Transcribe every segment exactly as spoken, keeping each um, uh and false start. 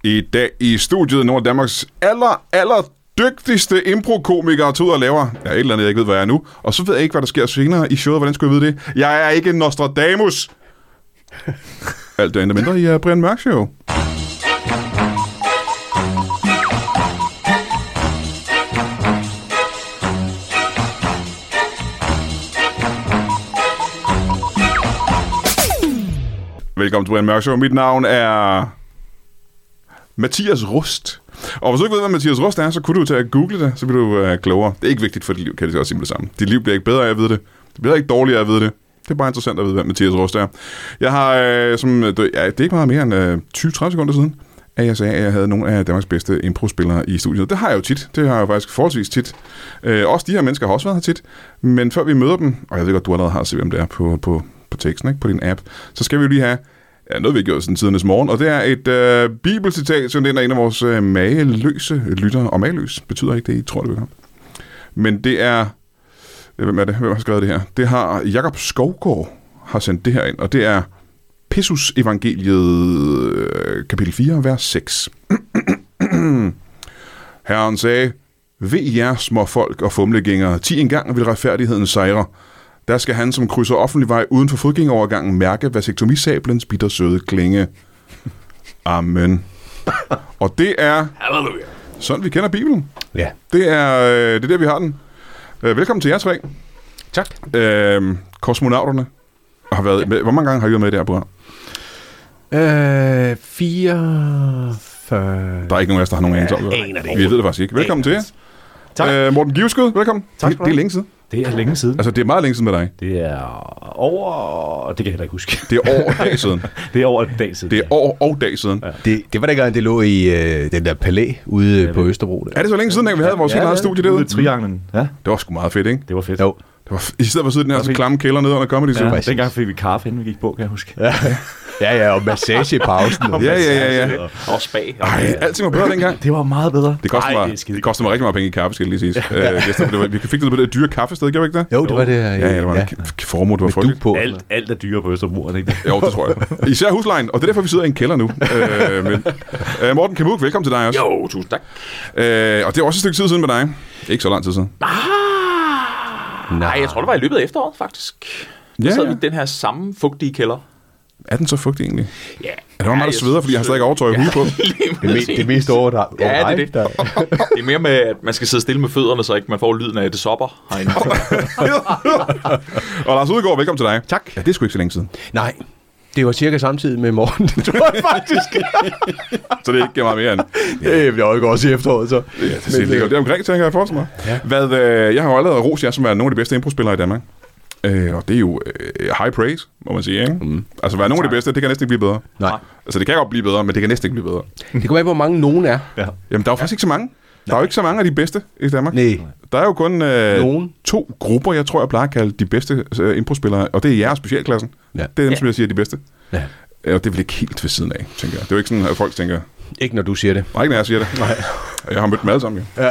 I dag i studiet nogle af Danmarks aller, aller dygtigste impro-komikere tog ud og laver ja, et eller andet, jeg ikke ved, hvad jeg er nu. Og så ved jeg ikke, hvad der sker senere i showet. Hvordan skulle jeg vide det? Jeg er ikke Nostradamus. Alt det andet mindre i uh, Brian Mørk Show. Velkommen til Brian Mørk Show. Mit navn er Mathias Rust. Og hvis du ikke ved, hvad Mathias Rust er, så kunne du tage at google det, så bliver du uh, klogere. Det er ikke vigtigt for dit liv, kan det også sige det samme. Dit liv bliver ikke bedre af at vide det. Det bliver ikke dårligere af at vide det. Det er bare interessant at vide, hvad Mathias Rust er. Jeg har, øh, som, ja, det er ikke meget mere end øh, tyve til tredive sekunder siden, at jeg sagde, at jeg havde nogle af Danmarks bedste impro-spillere i studiet. Det har jeg jo tit. Det har jeg jo faktisk forholdsvis tit. Øh, også de her mennesker har også været her tit. Men før vi møder dem, og jeg ved godt, du allerede har set, hvem det er på, på, på teksten, ikke? På din app, så skal vi jo lige have ja, noget, vi har gjort siden tidernes morgen, og det er et øh, bibelcitat, som det er en af vores øh, mageløse lyttere. Og mageløs betyder ikke det, I tror, det vil have. Men det er... Hvem er det? Hvem har skrevet det her? Det har Jakob Skovgaard har sendt det her ind, og det er Pissus evangeliet øh, kapitel fire, vers seks. Herren sagde, ved jer små folk og fumlegængere, ti engang vil retfærdigheden sejre. Der skal han, som krydser offentlig vej uden for fodgængerovergangen, mærke vasektomisablens bittersøde klinge. Amen. Og det er Halleluja. Sådan, vi kender Bibelen. Ja. Det er, øh, det er der, vi har den. Øh, velkommen til jer tre. Tak. Øh, kosmonauterne har været med. Hvor mange gange har I været med i det her program? Øh, fire... fyrre... Der er ikke nogen af os, der har nogen anelse om det. Aner det ikke. Vi ved det faktisk ikke. Velkommen til jer. Tak. Øh, Morten Giveskud, velkommen. Tak det, det er længe siden. Det er længe siden. Altså, det er meget længe siden med dig. Det er over... Det kan jeg heller ikke huske. Det er år og dag siden. Det er over en dag siden. Det er år og dag siden. Ja. Det, det var dengang, det lå i øh, den der palæ ude ja, på Østerbro. Der. Er det så længe siden, at vi havde vores ja, helt eget ja, studie derude? Ude i Trianglen. Ja. Det var sgu meget fedt, ikke? Det var fedt. Jo. Det var, I stedet for at sidde i den her så klamme kælder nede under Comedy Zoo. Ja, dengang fik vi kaffe, inden vi gik på, kan jeg huske. Ja, ja, ja og massage i pausen. ja, ja, ja, ja. Og, og spag. Ej, alting var bedre dengang. Det var meget bedre. Det kostede, Ej, mig, det, det kostede mig rigtig meget penge i kaffe, skal jeg lige sige. Ja. Øh, det var, vi fik det på det dyre kaffested, gjorde vi ikke det? Jo, det var det her. Ja, ja, det var ja. en formue, det var frygteligt. På. Alt, alt er dyre på Østerbro, er det ikke det? Jo, det tror jeg. Især huslejen, og det er derfor, vi sidder i en kælder nu. øh, men, øh, Morten Kamuk, velkommen til dig også. Jo, tusind tak. Øh, og det er også et stykke tid siden med dig. Ikke så lang tid siden. Ah, nej, jeg tror, det var i løbet af efteråret, faktisk. Ja, Så sad ja. vi i den her samme fugtige kælder. Er den så fugtig egentlig? Ja. Er det var meget, der sveder, fordi jeg har stadig overtøj i hovedet på? Det, me, det meste over der. Ja, det er det. Det er mere med, at man skal sidde stille med fødderne, så ikke man får lyden af, at det sopper herinde. Og Lars Udegaard, velkommen til dig. Tak. Ja, det er sgu ikke så længe siden. Nej, det var cirka samtidig med morgen. Det tror jeg faktisk. Så det er ikke meget mere end... Det bliver jo også i efteråret, så. Ja, det, det, det er omkring, tænker jeg for mig. Ja. Hvad, øh, jeg har jo allerede rost jer som er nogle af de bedste impro-spillere i Danmark. Øh, og det er jo øh, high praise, må man sige, ikke? Mm. Altså, være nogle af de bedste, det kan næsten ikke blive bedre. Nej. Altså, det kan godt blive bedre, men det kan næsten ikke blive bedre. Det kommer af, hvor mange nogen er. Ja. Jamen, der er jo faktisk ikke så mange. Der er jo ikke så mange af de bedste i Danmark. Nej. Der er jo kun øh, Nogen. to grupper, jeg tror, jeg plejer at kalde de bedste øh, impro-spillere, og det er jeres specialklassen. Ja. Det er dem, Ja. som jeg siger er de bedste. Ja. Øh, Og det er vel ikke helt ved siden af, tænker jeg. Det er jo ikke sådan, at folk tænker... Ikke når du siger det. Nej, ikke når jeg siger det. Nej. Jeg har mødt dem alle sammen, jo. Ja.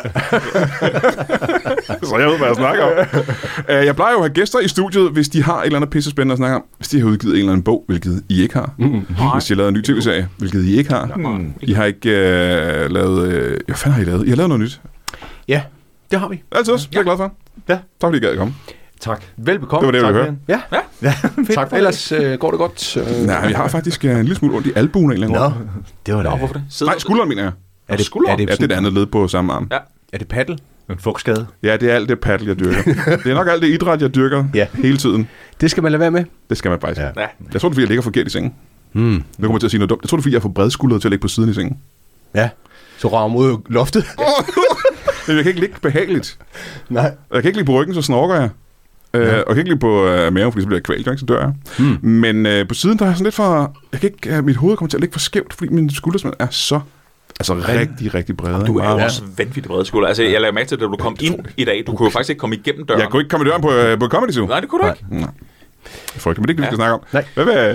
Så jeg ved, hvad jeg snakker om. Uh, jeg plejer jo at have gæster i studiet, hvis de har et eller andet pisse spændende at snakke om. Hvis de har udgivet en eller anden bog, hvilket I ikke har. Mm. Hvis de har lavet en ny tv-serie, hvilket I ikke har. Mm. I har ikke uh, lavet... Uh, hvad fanden har I lavet? I har lavet noget nyt. Ja, det har vi. Altid også. Det er jeg glad for. Ja. Tak fordi I gad at komme. Tak. Velbekomme. Det var det, jeg Tak, ville høre. Ja. Ja. ja. Tak for Ellers øh, går det godt. Øh. Nej, vi har faktisk uh, en lille smule ondt i albuen en eller anden Nå, grund. det var Nå, det. hvorfor det? Sidder Nej, skulderen mener jeg. Er det, skulder? er det, Ja, det er det andet led på samme arm. Ja. er det paddle? En fugtskade. Ja, det er alt det paddle, jeg dyrker. Det er nok alt det idræt, jeg dyrker Ja. hele tiden. Det skal man lade være med. Det skal man faktisk. Ja. Ja. Ja. Jeg tror, det er, fordi jeg ligger forkert i sengen. Mm. Nu kommer jeg til at sige noget dumt. Jeg tror, det er, fordi jeg får bredskuldret til at ligge på siden i sengen. Ja. Så rager mod loftet. Men jeg kan ikke ligge behageligt. Nej. Jeg kan ikke ligge på ryggen, så snorker jeg. Ja. Øh, og jeg kan ikke ligge på øh, maven, fordi så bliver jeg kvalt, ikke? Så dør jeg. Mm. Men øh, på siden, der er jeg sådan lidt for... Jeg kan ikke, øh, mit hoved kommer til at ligge for skævt, fordi min skulder simpelthen er så... Altså rigtig, rigtig brede. Du er jo ja. også vanvittigt brede skulder. Altså, jeg lavede mærke til, at da du kom ind i dag, du kunne jo faktisk ikke komme igennem døren. Jeg kunne ikke komme i døren på, øh, på Comedy Zoo. Nej, det kunne du ikke. Nej. Folk, men det er ikke, vi skal Ja. snakke om. Nej. Hvad, hvad,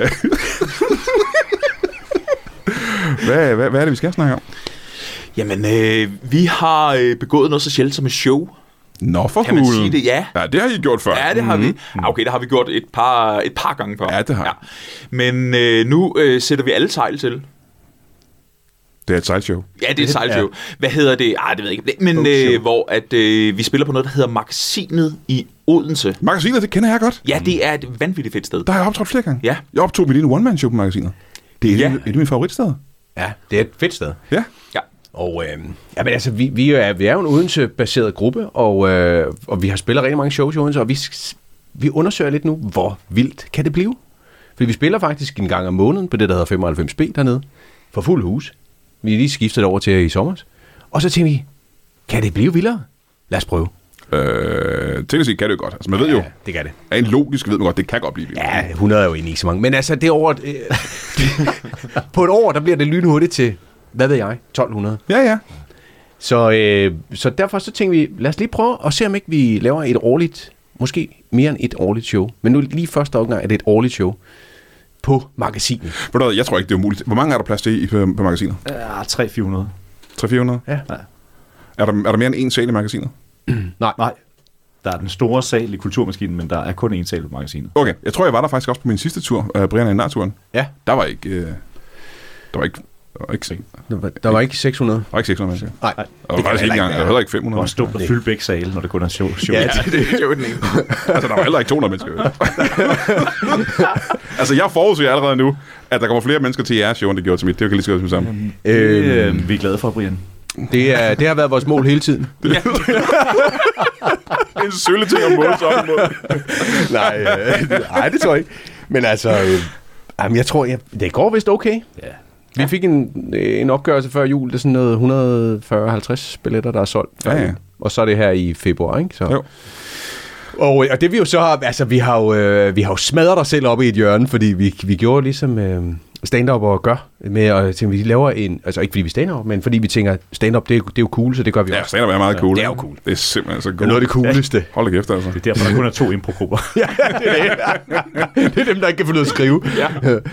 hvad, hvad, hvad er det, vi skal snakke om? Jamen, øh, vi har øh, begået noget så sjældent som et show. Nå, for Kan man hulen. sige det? Ja. Ja, det har I gjort før. Ja, det har vi. Ah, okay, det har vi gjort et par, et par gange før. Ja, det har Men øh, nu øh, sætter vi alle sejl til. Det er et sideshow. Ja, det er et sejlshow. Ja. Hvad hedder det? Ah, det ved jeg ikke. Men øh, hvor at, øh, vi spiller på noget, der hedder Magasinet i Odense. Magasinet, det kender jeg godt. Ja, det er et vanvittigt fedt sted. Der har jeg optrådt flere gange. Ja. Jeg optog mit lille one-man-show på Magasinet. Det er Ja. et, et af mine favoritsteder. Ja, det er et fedt sted. Ja. Ja. Og øh, ja, men altså, vi, vi, er, vi er jo en Odense-baseret gruppe, og, øh, og vi har spillet rigtig mange shows i Odense, og vi, vi undersøger lidt nu, hvor vildt kan det blive? Fordi vi spiller faktisk en gang om måneden på det, der hedder femoghalvfems B dernede, for fuld hus. Vi er lige skiftet over til i sommer. Og så tænkte vi, kan det blive vildere? Lad os prøve. Øh, teknisk set kan det jo godt. Altså, man ved jo, Ja, det kan det. er en logisk ved man godt, det kan godt blive vildt. Ja, hundrede er jo egentlig ikke så mange. Men altså, det år, øh, på et år, der bliver det lynhurtigt til, hvad ved jeg, tolv hundrede. Ja, ja. Så, øh, så derfor så tænkte vi, lad os lige prøve at se, om ikke vi laver et årligt, måske mere end et årligt show. Men nu lige første omgang er det et årligt show på Magasinet. Ved du hvad, jeg tror ikke, det er umuligt. Hvor mange er der plads til i på, på Magasinet? Ja, tre til fire hundrede. tre til fire hundrede? Ja. Er der, er der mere end en sal i Magasinet? Nej. Nej. Der er den store sal i Kulturmaskinen, men der er kun én sal på Magasinet. Okay, jeg tror, jeg var der faktisk også på min sidste tur, uh, Brian Nar-turen. Ja. Der var ikke... Uh, der var ikke... Der var ikke, Der var, der var ikke seks hundrede. der var ikke seks hundrede mennesker. Nej. Der var faktisk ikke engang, der var heller ikke fem hundrede Hvor mennesker. stort at fylde begge sale, når det kun er show. show. Ja, Ja, det er jo den ene. Altså, der var heller ikke to hundrede mennesker. Altså, jeg forudser allerede nu, at der kommer flere mennesker til jeres show, end det gjorde til mit. Det kan lige så godt som sammen. Det, Øhm, øh, vi er glade for, Brian. det, er, det har været vores mål hele tiden. Det er en sølle ting at måle sig op imod. nej, øh, nej, det tror jeg ikke. Men altså, øh, jamen, jeg tror, jeg, det går vist okay. Ja. Vi fik en, en opgørelse før jul, det er sådan noget et hundrede og fyrre til halvtreds billetter, der er solgt. Ja, ja. Og så er det her i februar, ikke? Så. Jo. Og, og det vi jo så har, altså vi har jo, øh, vi har jo smadret os selv op i et hjørne, fordi vi, vi gjorde ligesom øh, stand-up og gør, med at tænke, vi laver en, altså ikke fordi vi stand-up, men fordi vi tænker, stand-up det er, det er jo cool, så det gør vi Ja, også. stand-up er meget cool. det er jo cool. Det er simpelthen så Det er cool. noget af det cooleste. Hold da kæft, altså. Det er derfor, der kun er to improgrupper. Ja, det er det. Det er dem, der ikke kan få noget at skrive. Ja.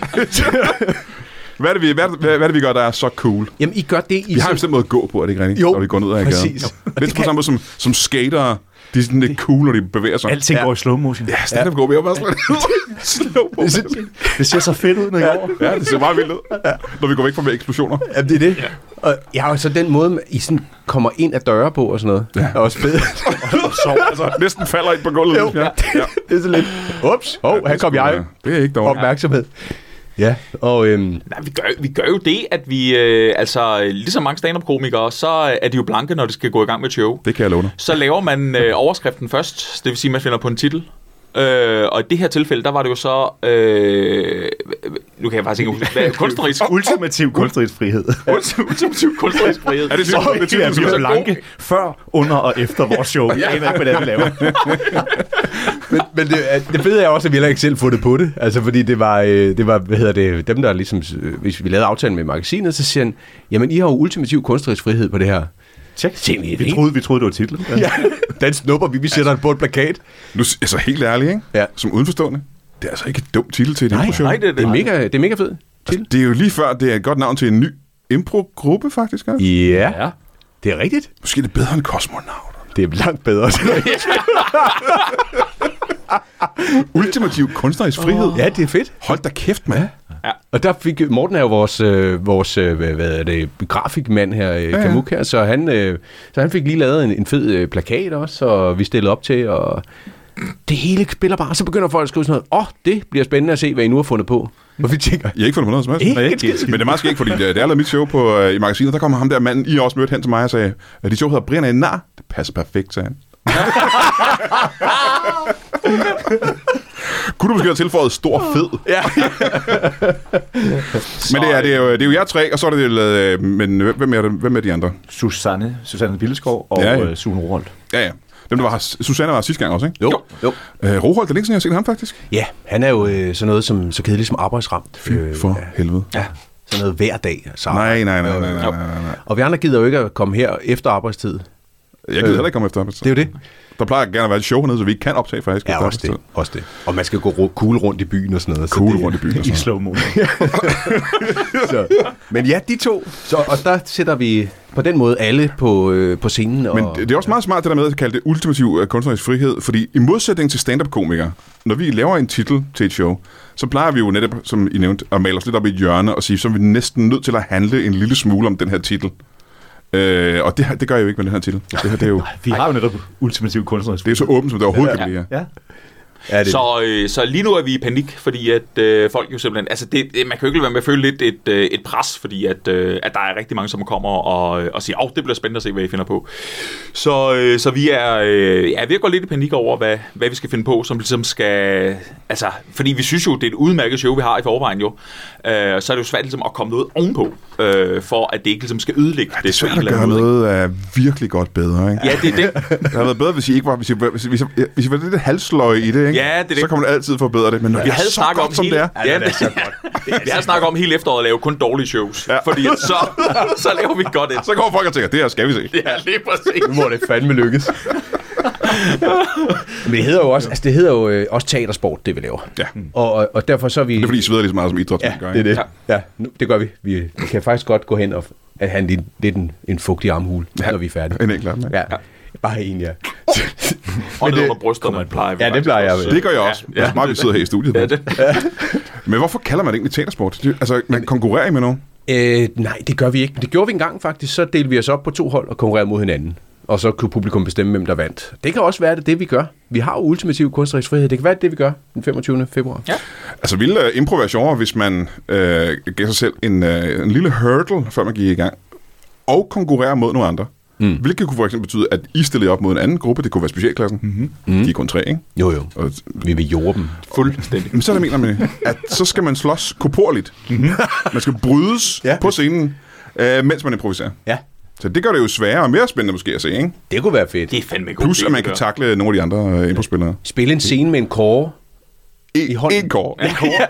Hvad er, det, vi, hvad, er det, hvad er det, vi gør, der er så cool? Jamen, I gør det, I Vi har en bestemt måde at gå på, er det ikke rigtigt? Jo, når vi går ned ad gaden. præcis. Lidt på samme måde som, som skatere. De er sådan lidt cool, når de bevæger sig. Alting Ja. går i slow motion. Ja, stand-up går vi jo bare slet slow på. Det ser så fedt ud, når jeg går. Ja, det ser meget vildt ud, når vi går væk fra eksplosioner. Jamen, det er det. Ja. Og jeg har jo så den måde, I sådan kommer ind ad døre på og sådan noget. Ja. Er også fedt. Og sover, altså, næsten falder ind på gulvet. Jo, Ja. Ja. det er så lidt, ups, hov, Ja, her det kom er sgu, jeg. ja. Det er ikke dårligt. Opmærksomhed. Ja, og øhm, Nej, vi, gør, vi gør jo det, at vi, øh, altså ligesom mange stand-up-komikere, så er de jo blanke, når det skal gå i gang med et show. Det kan jeg love dig. Så laver man øh, overskriften først, det vil sige, at man finder på en titel. Øh, og i det her tilfælde, der var det jo så, øh, nu kan jeg faktisk ikke huske, hvad kunstnerisk, Ultimativ kunstnerisk frihed. ultimativ kunstnerisk frihed. Er det Så så er vi er blanke før, under og efter vores show. Jeg aner ikke, hvad vi laver. men, men det, det fede er også, at vi heller ikke selv fundet på det. Altså, fordi det var, øh, det var hvad hedder det, dem der ligesom, øh, hvis vi lavede aftalen med Magasinet, så siger han, jamen, I har jo ultimativ kunstnerisk frihed på det her. Tjek. Se, vi, Vi troede, vi troede, det var titlen. Ja, den snupper vi, vi sætter den på et plakat. Nu, altså helt ærligt, ikke? Ja. Som udenforstående. Det er altså ikke et dumt titel til et impro-show. nej, det er Det er mega, det er mega fedt. Altså, det er jo lige før, det er et godt navn til en ny impro-gruppe, faktisk. Også. Ja, Ja. det er rigtigt. Måske er det bedre end kosmonauter. Det er langt bedre. Ultimativ kunstnerisk frihed. Ja, det er fedt. Hold da kæft, mand. Ja. Og der fik Morten er jo vores, øh, vores øh, hvad, hvad er det, grafikmand her, øh, ja. Kamuk her, så han, øh, så han fik lige lavet en, en fed øh, plakat også, og vi stillede op til, og det hele spiller bare, så begynder folk at skrive sådan noget, åh, oh, det bliver spændende at se, hvad I nu har fundet på. Og vi tænker, Jeg har ikke fundet på noget som helst. Ikke Nej, en skid. Men det er meget skægt, fordi det, det er lavet mit show på, uh, i Magasinet. Der kommer ham der manden, I også mødte hen til mig og sagde, at dit show hedder Brian Nar. Det passer perfekt, sagde han. Kunne du måske have tilføjet stor fed? ja. Men det er, det, er jo, det er jo jer tre, og så er det lavet, men hvem er, det, hvem er de andre? Susanne, Susanne Billeskov og Ja, ja, ja. ja. Sune Roholt. Ja, ja. Dem, der var her, Susanne var sidste gang også, ikke? Jo, jo. Uh, Roholt, det er længe siden, jeg har set ham faktisk. Ja, han er jo øh, sådan noget som, så kedeligt som arbejdsramt. Fy for ja. helvede. Ja, sådan noget hver dag. Så. Nej, nej, nej, nej, nej, nej, nej. Og vi andre gider jo ikke at komme her efter arbejdstid Jeg gider heller ikke komme efter Det er jo det. Der plejer gerne at være et show hernede, så vi ikke kan optage faktisk. Ja, også det. Også det. Og man skal gå ru- kugle rundt i byen og sådan noget. Kugle det, rundt i byen og I sådan slow motion. så. Men ja, de to. Så, og der sætter vi på den måde alle på, øh, på scenen. Og, Men det er også meget smart det der med at kalde det ultimativ kunstnerisk frihed, fordi i modsætning til stand-up-komikere, når vi laver en titel til et show, så plejer vi jo netop, som I nævnte, at male os lidt op i et hjørne og sige, så er vi næsten nødt til at handle en lille smule om den her titel. Øh, og det, det gør jeg jo ikke med den her titel. Det her, det er jo, Vi har jo netop ultimativ kunstnerisk. det er så åbent, som det overhovedet kan blive. Ja. Ja, det, Så, øh, så lige nu er vi i panik, fordi at øh, folk jo simpelthen... Altså, det, det, man kan jo ikke lade være med at føle lidt et, øh, et pres, fordi at, øh, at der er rigtig mange, som kommer og, og siger, åh, det bliver spændende at se, hvad I finder på. Så, øh, så vi er øh, ja, ved at gå lidt i panik over, hvad, hvad vi skal finde på, som ligesom skal... Altså, fordi vi synes jo, det er et udmærket show, vi har i forvejen jo. Øh, så er det jo svært ligesom at komme noget ovenpå, øh, for at det ikke ligesom skal ødelægge Ja, det er svært på en at eller gøre anden måde, noget uh, virkelig godt bedre, ikke? Ja, det er det. Det havde været bedre, hvis I ikke var... Hvis I, hvis I, hvis I, hvis I var lidt halsløje i det, ikke? Ja, det er det. Så kan man altid forbedre det. Men når Vi det er havde så snakket om godt, som hele, det er... ja, det er så godt. Vi havde snakket om hele efteråret at lave kun dårlige shows, ja. Fordi så, så laver vi godt et. Så kommer folk og tænker, det her skal vi se. Ja, lige præcis. nu må det fandme lykkes. Men det hedder jo også, altså det hedder jo øh, også teatersport, det vi laver. Ja. Og, og, og derfor så er vi... Det er fordi, I sveder lige så meget som idræt, Ja, gør, det er ikke? det. Ja, nu, det gør vi. Vi, vi kan faktisk godt gå hen og at have en, lidt- lidt en, en fugtig armhule, Ja. når vi er færdige. En enkelt af dem, Ja, bare en, ja. Og ned det- under brysterne plejer vi Ja, det faktisk plejer jeg også. ved. Det gør jeg også. Ja, ja. Meget, vi sidder her i studiet. Ja, det. Men hvorfor kalder man det egentlig teatersport? Det, altså, man konkurrerer I med nogen? Øh, nej, det gør vi ikke. Men det gjorde vi engang faktisk. Så delte vi os op på to hold og konkurrerede mod hinanden. Og så kunne publikum bestemme, hvem der vandt. Det kan også være det, det vi gør. Vi har jo ultimativ kunstnerisk frihed. Det kan være det, vi gør den femogtyvende februar. Ja. Altså, ville uh, improv være sjovere, hvis man øh, gav sig selv en, øh, en lille hurdle, før man gik i gang, og konkurrerer mod nogle andre? Mm. Hvilket kunne for eksempel betyde, at I stillede op mod en anden gruppe. Det kunne være specialklassen. Mm-hmm. De er kun tre, ikke? Jo, jo. Og, Vi vil jorde dem. Fuldstændig. men så er det, mener man, at så skal man slås korporligt. Mm-hmm. Man skal brydes Ja. ja. på scenen, øh, mens man improviserer. Ja, Så det gør det jo sværere og mere spændende måske at se, ikke? det kunne være fedt. Det er fandme godt. Plus, at man kan takle nogle af de andre øh, improspillere. Spille en scene med en kåre. I hånden. En kår.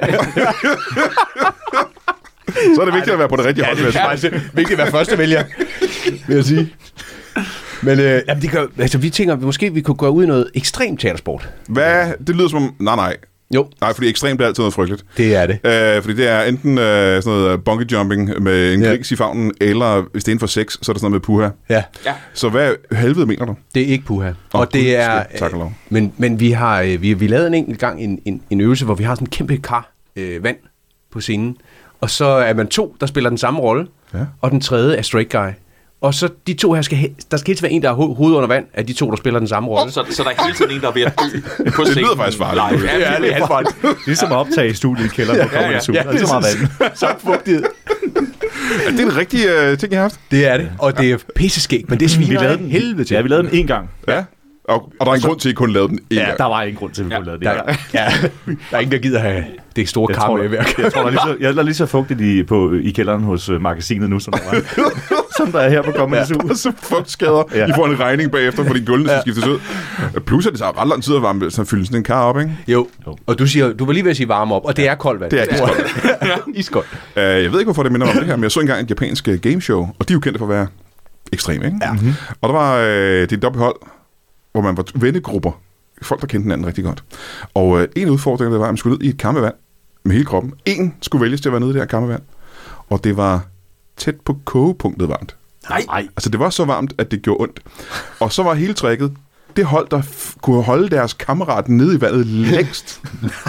Så er det vigtigt at være på det rigtige hold. vil jeg sige. faktisk vigtigt at være første vælger, vil jeg sige. Men øh, jamen, det gør, altså, vi tænker, at måske vi kunne gå ud i noget ekstrem teatersport. Hvad? Det lyder som om... Nej, nej. Jo, Nej, fordi ekstremt er altid noget frygteligt. det er det. Øh, fordi det er enten øh, sådan noget bungee jumping med en Ja. gris i favnen, eller hvis det er inden for sex, så er det sådan noget med puha. Ja, Ja. Så hvad helvede mener du? det er ikke puha. Åh, Og det Gud, er... skal- tak og lov. Men, men vi har øh, vi, vi lavede en enkelt gang en, en, en øvelse, hvor vi har sådan en kæmpe kar øh, vand på scenen. Og så er man to, der spiller den samme rolle, Ja. og den tredje er straight guy. Og så de to her skal... he- Der skal helst være en, der har ho- hovedet under vand, af de to, der spiller den samme rolle. Så, så der er hele tiden en, der er ved at dø på Det scenen. lyder faktisk farligt. Live. Ja, det er farligt. Ligesom at optage i studiet i kælderen, hvor kommer ja, det sur. ja, Der er så meget vand. Så fugtighed. Er det en rigtig øh, ting, I har haft? Det er det, og det er pisseskægt, men det sviner Vi lavede af den helvede til. Ja, vi lavede den en gang. Ja. Og, og der er en grund til, at I kun lavede den én Ja, gang. der var ingen grund til, at vi kunne lave det. Der, Ja. ja, der er ingen, der gider have det store Jeg kar tror, med hver jeg, jeg tror, der er lige så, jeg er lige så fugtigt i, på, i kælderen hos uh, magasinet nu, som der, var, som der er her på Comedy Zoo. Og så fugtskader. Ja. I får en regning bagefter, fordi gulvene skal skiftes ud. Plus at det tager ret lang tid at varme, så fylde sådan en kar op, ikke? Jo, Jo. og du siger, du var lige ved at sige varme op, og det er koldt vand. Det er iskoldt. Iskoldt. Uh, jeg ved ikke, hvorfor det minder mig om det her, men jeg så engang et japansk øh, gameshow, og de er jo kendte for at være ekstreme, ikke? Ja. Mm-hmm. Og der var øh, det er et dobbelthold, hvor man var vennegrupper. Folk, der kendte hinanden rigtig godt. Og øh, en udfordring, der var, at man skulle ned i et kammevand med hele kroppen. En skulle vælges til at være nede i det her kammevand. Og det var tæt på kogepunktet varmt. Nej. Nej. Altså, det var så varmt, at det gjorde ondt. Og så var hele tricket, det hold, der f- kunne holde deres kammerat nede i vandet længst,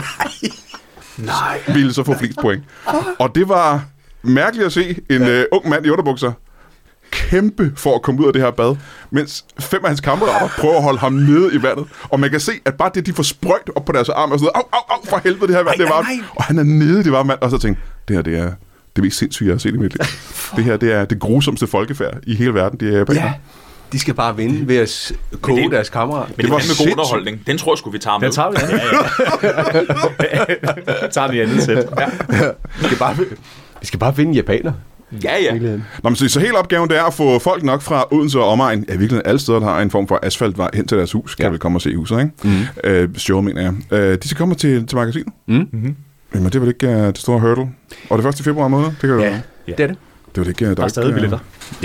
Nej. ville så få flest point. Og det var mærkeligt at se en øh, ung mand i underbukser kæmpe for at komme ud af det her bad, mens fem af hans kammerater prøver at holde ham nede i vandet. Og man kan se, at bare det, de får sprøjt op på deres arm, og sådan noget, au, au, au, for helvede, det her vand, Ej, det er varmt. nej, nej. Og han er nede i det varme vand, og så tænkte det her, det er det mest sindssyge, jeg har set i mit liv. Det her, det er det grusomste folkefærd i hele verden, det er japanere. Ja, de skal bare vinde ved at s- koge det- deres kammerat. Men Det det var var fandme god sindssygt. underholdning. Den tror jeg sgu, vi tager med. Den tager vi, ja. ja, ja. tager den i andet sæt. Ja. Vi skal bare, vi skal bare vinde japaner. Ja, ja. Nå, men så, så hele opgaven, det er at få folk nok fra Odense og omegn, ja, virkelig alle steder, der har en form for asfaltvej hen til deres hus, kan Ja. ja. vel komme og se huset, ikke? Mm. Øh, show, mener jeg. Øh, de skal komme til, til magasinet. Mm. Men det er vel ikke uh, det store hurdle. Og det første februar måned, det kan jo Ja, være. det er det. Det var det ikke, uh, Der er stadig ikke, uh, billetter. Ja.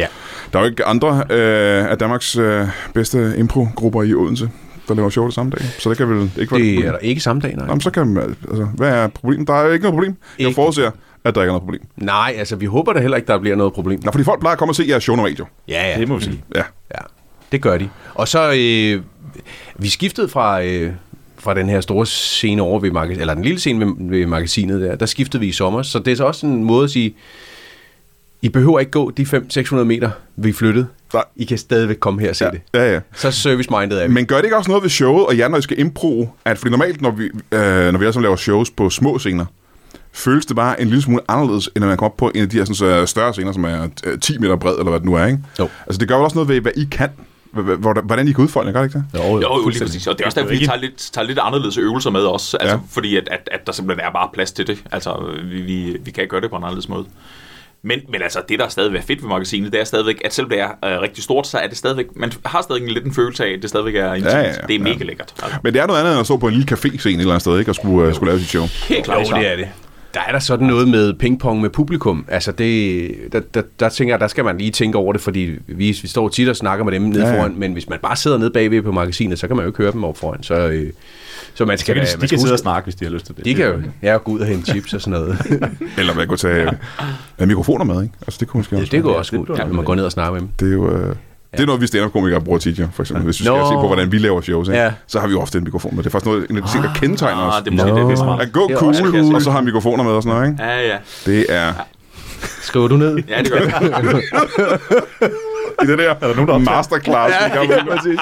Der er jo ikke andre øh, af Danmarks øh, bedste impro-grupper i Odense, der laver show det samme dag. Så det kan vel ikke være Det er der ikke samme dag, nej. Jamen, så kan man, altså, hvad er problemet? Der er jo ikke noget problem. Jeg Ikke. forudser, at der ikke er noget problem. Nej, altså vi håber da heller ikke, der bliver noget problem. Nå, fordi folk plejer at komme og se jeres show normalt jo. Ja, ja. Det må vi sige. Ja. Ja, det gør de. Og så, øh, vi skiftede fra, øh, fra den her store scene over ved magasinet, eller den lille scene ved, ved magasinet der, der skiftede vi i sommer, så det er så også en måde at sige, I behøver ikke gå de fem til seks hundrede meter, vi flyttede. Nej. I kan stadigvæk komme her og se Ja, det. ja, ja. Så service-minded er vi. Men gør det ikke også noget ved showet, og jer, når I skal impro, at fordi normalt, når vi, øh, når vi altså laver shows på små scener, føles det bare en lille smule anderledes, end når man kommer op på en af de her sådan, så større scener, som er øh, ti meter bred, eller hvad det nu er, ikke? Jo. Altså, det gør vel også noget ved, hvad I kan, hvordan I kan udfolde, gør det ikke det? Jo, Jo, jo, lige præcis. Og det er også derfor, vi tager lidt, tager lidt anderledes øvelser med os. Altså, Ja. fordi at, at, at der simpelthen er bare plads til det. Altså, vi, vi, vi kan ikke gøre det på en anderledes måde. Men, men altså, det der er stadigvæk fedt ved magasinet, det er stadigvæk, at selvom det er øh, rigtig stort, så er det stadigvæk, man har stadig en lidt en følelse af, at det stadigvæk er intimt. Ja, ja, ja. Det er mega Ja. lækkert. Altså. Men det er noget andet, end at stå på en lille café-scene et eller andet sted, ikke? Og skulle, uh, skulle lave sit show. Helt klart. Jo, det er det. Der er der sådan noget med pingpong med publikum. Altså, det, der, der, der tænker jeg, der skal man lige tænke over det, fordi vi, vi står tit og snakker med dem nede Ja, ja. foran, men hvis man bare sidder nede bagved på magasinet, så kan man jo ikke høre dem op foran. Så, øh, så man Så skal, kan de, man de skal kan sidde og huske- snakke, hvis de har lyst til det. De kan jo ja, gå ud og hente chips og sådan noget. Eller man kunne tage uh, mikrofoner med, ikke? Altså, det kunne måske Ja, også det går Ja, også det godt, bliver ja, nok når man det. går ned og snakker med dem. Det er jo... Uh, det er noget, vi stand-up-komikere bruger tit, jo, for eksempel. Hvis vi skal Nå. se på, hvordan vi laver shows, ikke? Ja. Så har vi jo ofte en mikrofon med. Det er faktisk noget, en af de ting, der kendetegner os. Ah, det er måske Nå. det, det er smart. At gå Det er cool, også cool. og så har mikrofoner med og sådan noget, ikke? Ja, ja. Det er Skriver du ned? Ja, det gør det. i det der, er der nogen, der masterclass. Ja, vi gør ja, med. præcis.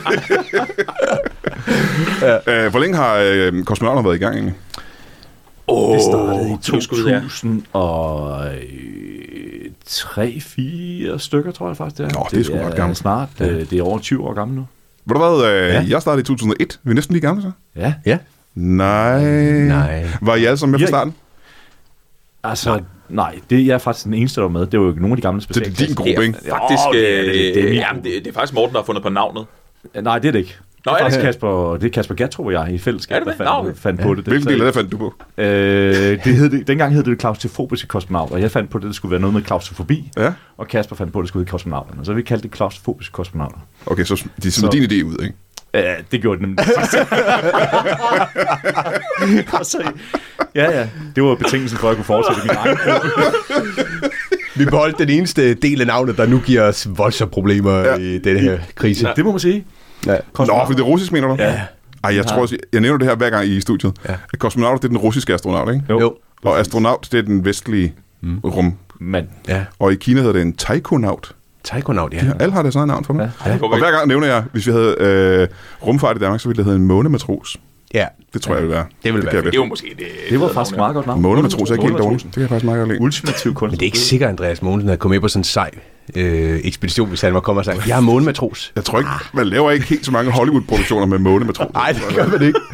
Øh, Hvor længe har øh, kosmonauterne været i gang egentlig? Oh, Det startede i to skud, ja. tusind og tre fire stykker, tror jeg faktisk, det er. Nå, det er sgu ret gammelt. Snart. Ja. Det er over tyve år gammel nu. Ved du hvad, øh, Ja. jeg startede i to tusind og et. Vi er næsten lige gamle, så. Ja. Ja. Nej. Nej. Var I alle sammen med fra Ja. starten? Altså, nej, nej det, jeg er faktisk den eneste, der var med. Det var jo nogle af de gamle Det er specialklasser. din gruppe, ikke? Faktisk, Åh, det er øh, det. Det er min jamen, det, det er faktisk Morten, der har fundet på navnet. Nej, det er det ikke. Nå, det er er det faktisk ikke? Kasper, det er Kasper Gattrup og jeg i fællesskab, Er det der det? fandt, Nå, okay. fandt på det. Hvilken del af det fandt du på? Øh, det hed det, dengang hed det klaustrofobiske kosmonauter, og jeg fandt på, at det skulle være noget med klaustrofobi, Ja. og Kasper fandt på, at det skulle hedde kosmonauterne. Så vi kaldte det klaustrofobiske kosmonauter. Okay, så de smider Så- din idé ud, ikke? Ja, det gjorde det nemlig. Og så, ja, ja, det var betingelsen for, at jeg kunne fortsætte min egen gruppe. Vi beholdt den eneste del af navnet, der nu giver os voldsomme problemer ja. i denne her krise. Det må man sige. Ja. Nå, for det er russisk, mener du? Ja. Ej, jeg tror også, jeg nævner det her hver gang i studiet. Ja. At kosmonaut, det er den russiske astronaut, ikke? Jo. Jo. Og astronaut, det er den vestlige mm. rum. Men Ja. Og i Kina hedder det en taikonaut. Taikonaut, ja. Ja. Alle har deres eget navn for dem. Ja. Ja. Og hver gang nævner jeg, hvis vi havde øh, rumfart i Danmark, så ville det hedde en månematros. Ja. Det tror jeg, det vil være. Det vil være kan jeg fedt. Det var måske det. det var faktisk meget godt navn. Månematros er ikke helt dårligt. Det kan jeg faktisk meget godt lide. Ultimativ kunst. Men det er ikke sikkert, at Andreas Mogensen havde kommet med på sådan en sej øh, ekspedition, hvis han var kommet og sagt, jeg er månematros. Jeg tror ikke, man laver ikke helt så mange Hollywood-produktioner med månematros. Nej, det gør man ikke.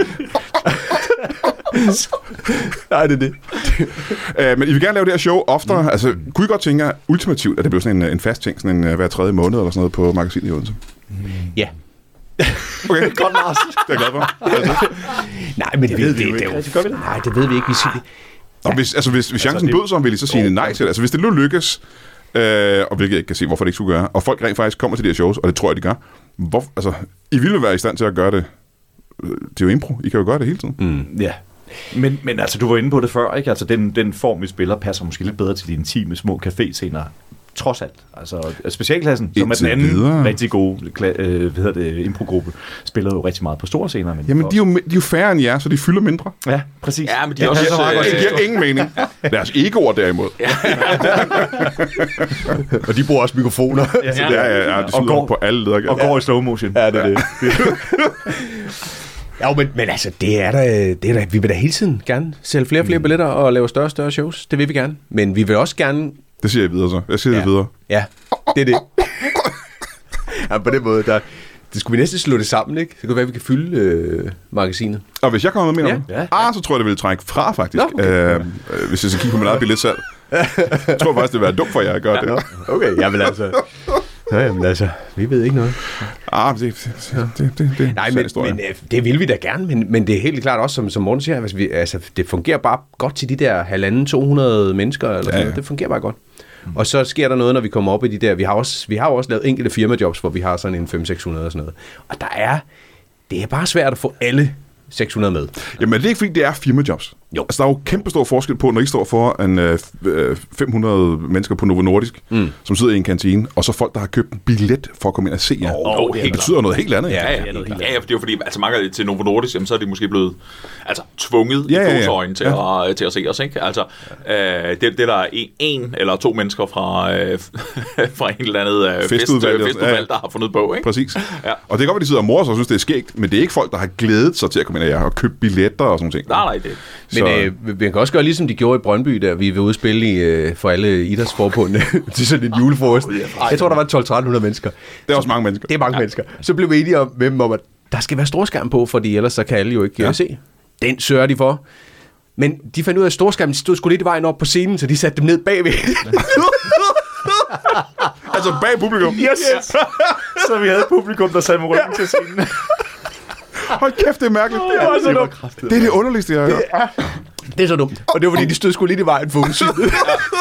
Nej, det er det. Uh, men I vil gerne lave det her show oftere. Mm. Altså, kunne I godt tænke jer ultimativt, at det blev sådan en, en fast ting, sådan en uh, hver tredje måned eller sådan noget på magasinet i Odense? Ja. Okay, godt, Lars. Det er jeg glad for. Altså. Nej, men det, ved vi jo ikke. ikke. Det, Altså, gør vi det? nej, det ved vi ikke. Vi siger, Og hvis, altså, hvis, hvis chancen det- bød, så vil I så sige nej til det. Altså, hvis det nu lykkes, øh, og hvilket jeg ikke kan se, hvorfor det ikke skulle gøre, og folk rent faktisk kommer til de her shows, og det tror jeg, de gør, hvor, altså, I ville jo være i stand til at gøre det. Det er jo impro. I kan jo gøre det hele tiden. Mm. Ja. Men, men altså, du var inde på det før, ikke? Altså, den, den form, vi spiller, passer måske lidt bedre til de intime små café-scener. Trods alt. Altså, specialklassen, som er den Indtil anden videre. rigtig gode kla- øh, hvad hedder det, improgruppe, spiller jo rigtig meget på store scener. Men Jamen, de er, jo, de er jo færre end jer, så de fylder mindre. Ja, præcis. Ja, men de er også... Det, øh, det giver ingen mening. Deres egoer derimod. Ja, og de bruger også mikrofoner. Ja, ja, ja, ja, de og, slutter går, på alle leder. og går i slow motion. Ja, det er det. Ja, men, men altså, det er da, det er da, vi vil da hele tiden gerne sælge flere og flere billetter og lave større og større shows. Det vil vi gerne. Men vi vil også gerne... Det siger jeg videre så. Jeg siger Ja. det videre. Ja, det er det. Ja, på den måde, der... Det skulle vi næsten slå det sammen, ikke? Det kunne være, at vi kan fylde øh, magasinet. Og hvis jeg kommer med, mener Ja. du? Ja. Ah, så tror jeg, det ville trække fra, faktisk. Nå, okay. øh, øh, hvis jeg skal kigge på min eget billetsalg. Jeg tror faktisk, det vil være dumt for jer at gøre ja. det. Okay, jamen altså... Ja, jamen altså, vi ved ikke noget. Ah, det, det, det, det, det Nej, er men, historie. men øh, det vil vi da gerne, men, men det er helt klart også, som, som Morten siger, altså, vi, altså, det fungerer bare godt til de der halvanden, to hundrede mennesker, eller sådan Ja, ja. noget. Det fungerer bare godt. Og så sker der noget, når vi kommer op i de der... Vi har også, vi har også lavet enkelte firmajobs, hvor vi har sådan en fem hundrede seks hundrede og sådan noget. Og der er... Det er bare svært at få alle seks hundrede med. Jamen, det er ikke fordi, det er firmajobs. Jo. Altså, der er jo kæmpe stor forskel på, når I står for en øh, fem hundrede mennesker på Novo Nordisk, mm. som sidder i en kantine, og så folk, der har købt en billet for at komme ind og se jer. Oh, oh, det betyder noget helt andet. Ja, ja, ja, ja, ja, for det er jo fordi, altså mange til Novo Nordisk, jamen, så er de måske blevet altså, tvunget ja, i godsøjne ja, ja. til, ja. at, til at se os, ikke? Altså, øh, det, det der er en, en eller to mennesker fra, øh, fra en eller andet øh, festudvalg, fest, festudvalg ja, ja. der har fundet på, ikke? Præcis. Ja. Og det kan godt være, de sidder og mor og synes, det er skægt, men det er ikke folk, der har glædet sig til at komme ind og jer og købe billetter og sådan noget. Nej, nej, det. Men øh, vi kan også gøre ligesom de gjorde i Brøndby, der vi var ude at spille i, øh, for alle idrætsforbundene til sådan en julefrokost. Jeg tror, der var tolv til tretten hundrede mennesker. Det er også mange mennesker. Det er mange ja. mennesker. Så blev vi enige om, med dem om, at der skal være storskærm på, fordi ellers så kan alle jo ikke ja. se. Den sørger de for. Men de fandt ud af, at storskærmen stod sgu lidt i vejen op på scenen, så de satte dem ned bagved. Altså bag publikum? Yes! yes. Så vi havde publikum, der sad med ryggen ja. til scenen. Hold kæft, det er mærkeligt. Det er, det, var det, det, er det underligste, jeg har hørt. Ja. Det er så dumt. Og det var fordi, de stod sgu lidt i vejen for udsynet.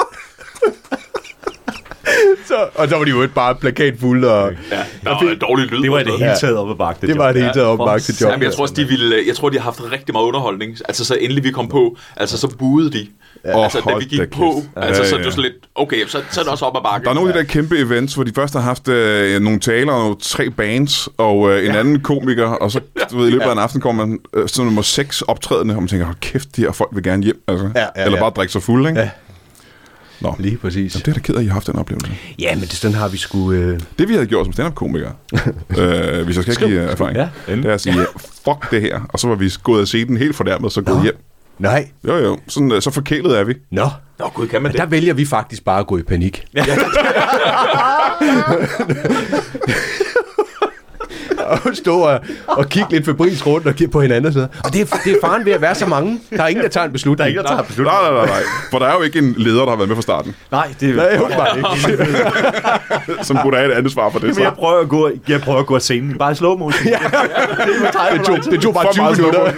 Så, og så var de jo et bare plakatfulde og... Ja, der var en dårlig lyd. Det var det hele taget op ad bakke. Det var det hele taget op ad bakke til job. Jamen, jeg tror også, de ville, jeg tror, de har haft rigtig meget underholdning. Altså, så endelig vi kom på, altså, så buede de. Ja. Altså, da vi gik på, altså, så er det så lidt, okay, så, så er det også op ad bakke. Der er nogle af de der kæmpe events, hvor de først har haft øh, nogle taler og tre bands, og øh, en ja. anden komiker, og så du ved, i løbet af en aften kommer man øh, sådan nummer seks optrædende, og man tænker, hold kæft, de her folk vil gerne hjem, altså. Ja, ja, Eller ja. bare drikke sig fuld, ikke? Ja. Nå. Lige præcis. Jamen, det er da ked af, at I har haft den oplevelse. Ja, men det, sådan har vi sgu... Øh... Det vi havde gjort som stand-up-komikere, øh, hvis jeg skal give erfaring, ja. det er at sige, fuck det her, og så var vi gået af scenen helt fornærmet, så gået Nå. hjem. Nej. Jo, jo. Sådan, så forkælet er vi. Nå. Nå, gud, kan man men det? Der vælger vi faktisk bare at gå i panik. Ja. Og stå og, og kigge lidt febrilsk rundt og kigge på hinanden og sådan noget. Og det er, det er faren ved at være så mange. Der er ingen, der tager en beslutning. Der er ingen, der tager en beslutning. Nej, nej, nej, nej. For der er jo ikke en leder, der har været med fra starten. Nej, det er nej, jo bare ikke. Som burde have et andet svar på det. Jamen, jeg prøver at gå, jeg prøver at gå af scenen. Bare slow motion. Ja. Det tog, det tog bare tyve minutter.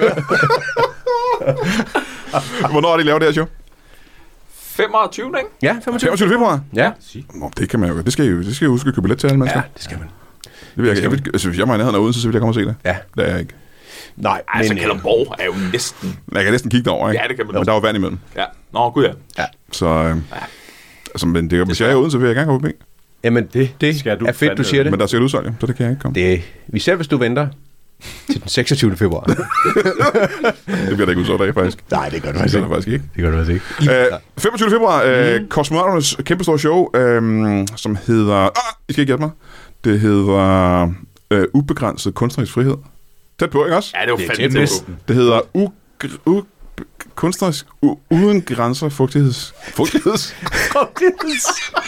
Hvornår har de lavet det her show? femogtyvende, ikke? Ja, femogtyvende. femogtyvende februar? Ja. Nå, det kan man jo. Det skal I jo, det skal I huske at købe billet til alle mennesker. Ja, det skal man. Det vil jeg, jeg, vil, altså, hvis jeg var i nærheden af Odense, så vil jeg komme og se det. Ja. Det er jeg ikke. Nej, men... Altså, Kalundborg er jo næsten... Jeg kan næsten kigge derover, ikke? Ja, det kan man. Men der er jo vand imellem. Ja. Nå, gud ja. Ja. Så, øh, ja. altså, men det, hvis jeg er i Odense, så vil jeg gerne komme forbi. Jamen, det, det du er fedt, du siger det. Men der skal et udsalg, så det kan jeg ikke komme. Det, vi ser, hvis du venter til den seksogtyvende februar. Det bliver da ikke udsolgt af, faktisk. Nej, det gør du faktisk ikke. faktisk ikke. Det gør du faktisk ikke. Øh, femogtyvende februar, øh, mm. Kosmonauternes kæmpe store show, øh, som hedder... Ah, I skal ikke hjælpe mig. Det hedder øh, Ubegrænset kunstnerisk frihed. Tæt på, ikke også? Ja, det var fandme tæt på. Det hedder u, u, kunstnerisk u, uden grænser fugtigheds... Fugtigheds? Fugtigheds.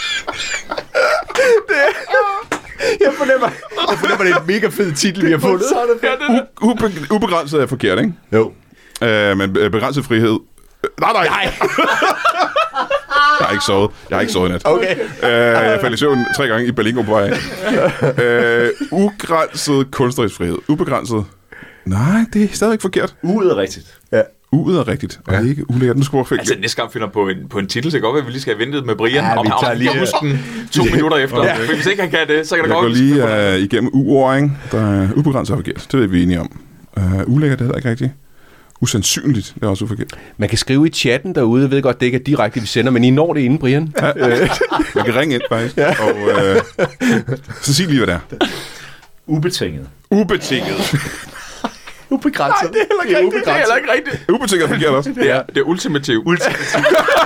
det Jeg fornemmer, jeg fornemmer, det er en mega fed titel, vi har fundet. U, ube, ubegrænset er forkert, ikke? Jo. Øh, men begrænset frihed... Nej, nej! nej. Jeg har ikke sovet. Jeg har ikke sovet i nat. Okay. Øh, jeg faldt i søvn tre gange i Berlin på vej. øh, ugrænset kunstnerisk frihed. Ubegrænset... Nej, det er stadig ikke forkert. U'et er rigtigt. Ja. U'et er rigtigt. Og ja. Det er ikke ulækkert. Nu skal jeg altså, næste gang finder på en, på en titel, så kan det godt være, at vi lige skal have ventet med Brian. Ja, om han lige... kan huske den to minutter efter. Ja. Hvis ikke han kan det, så kan det jeg godt... Jeg går lige uh, igennem u-ord, ikke? Der er ubegrænset og forkert. Det er vi enige om. Uh, ulækkert, det er ikke rigtigt. Usandsynligt, det er også uforkert. Man kan skrive i chatten derude, jeg ved godt, det ikke er direkte, vi sender, men I når det inden, Brian. Ja. Man kan ringe ind, faktisk. Ja. Og uh, så sig lige, hvad det er. Ubetinget. Ubetinget. Ubegrænset. Nej, det er heller ikke rigtigt. Det er heller ikke rigtigt. Ubetinget forkert også. Det er, det er ultimativ. Ultimativ.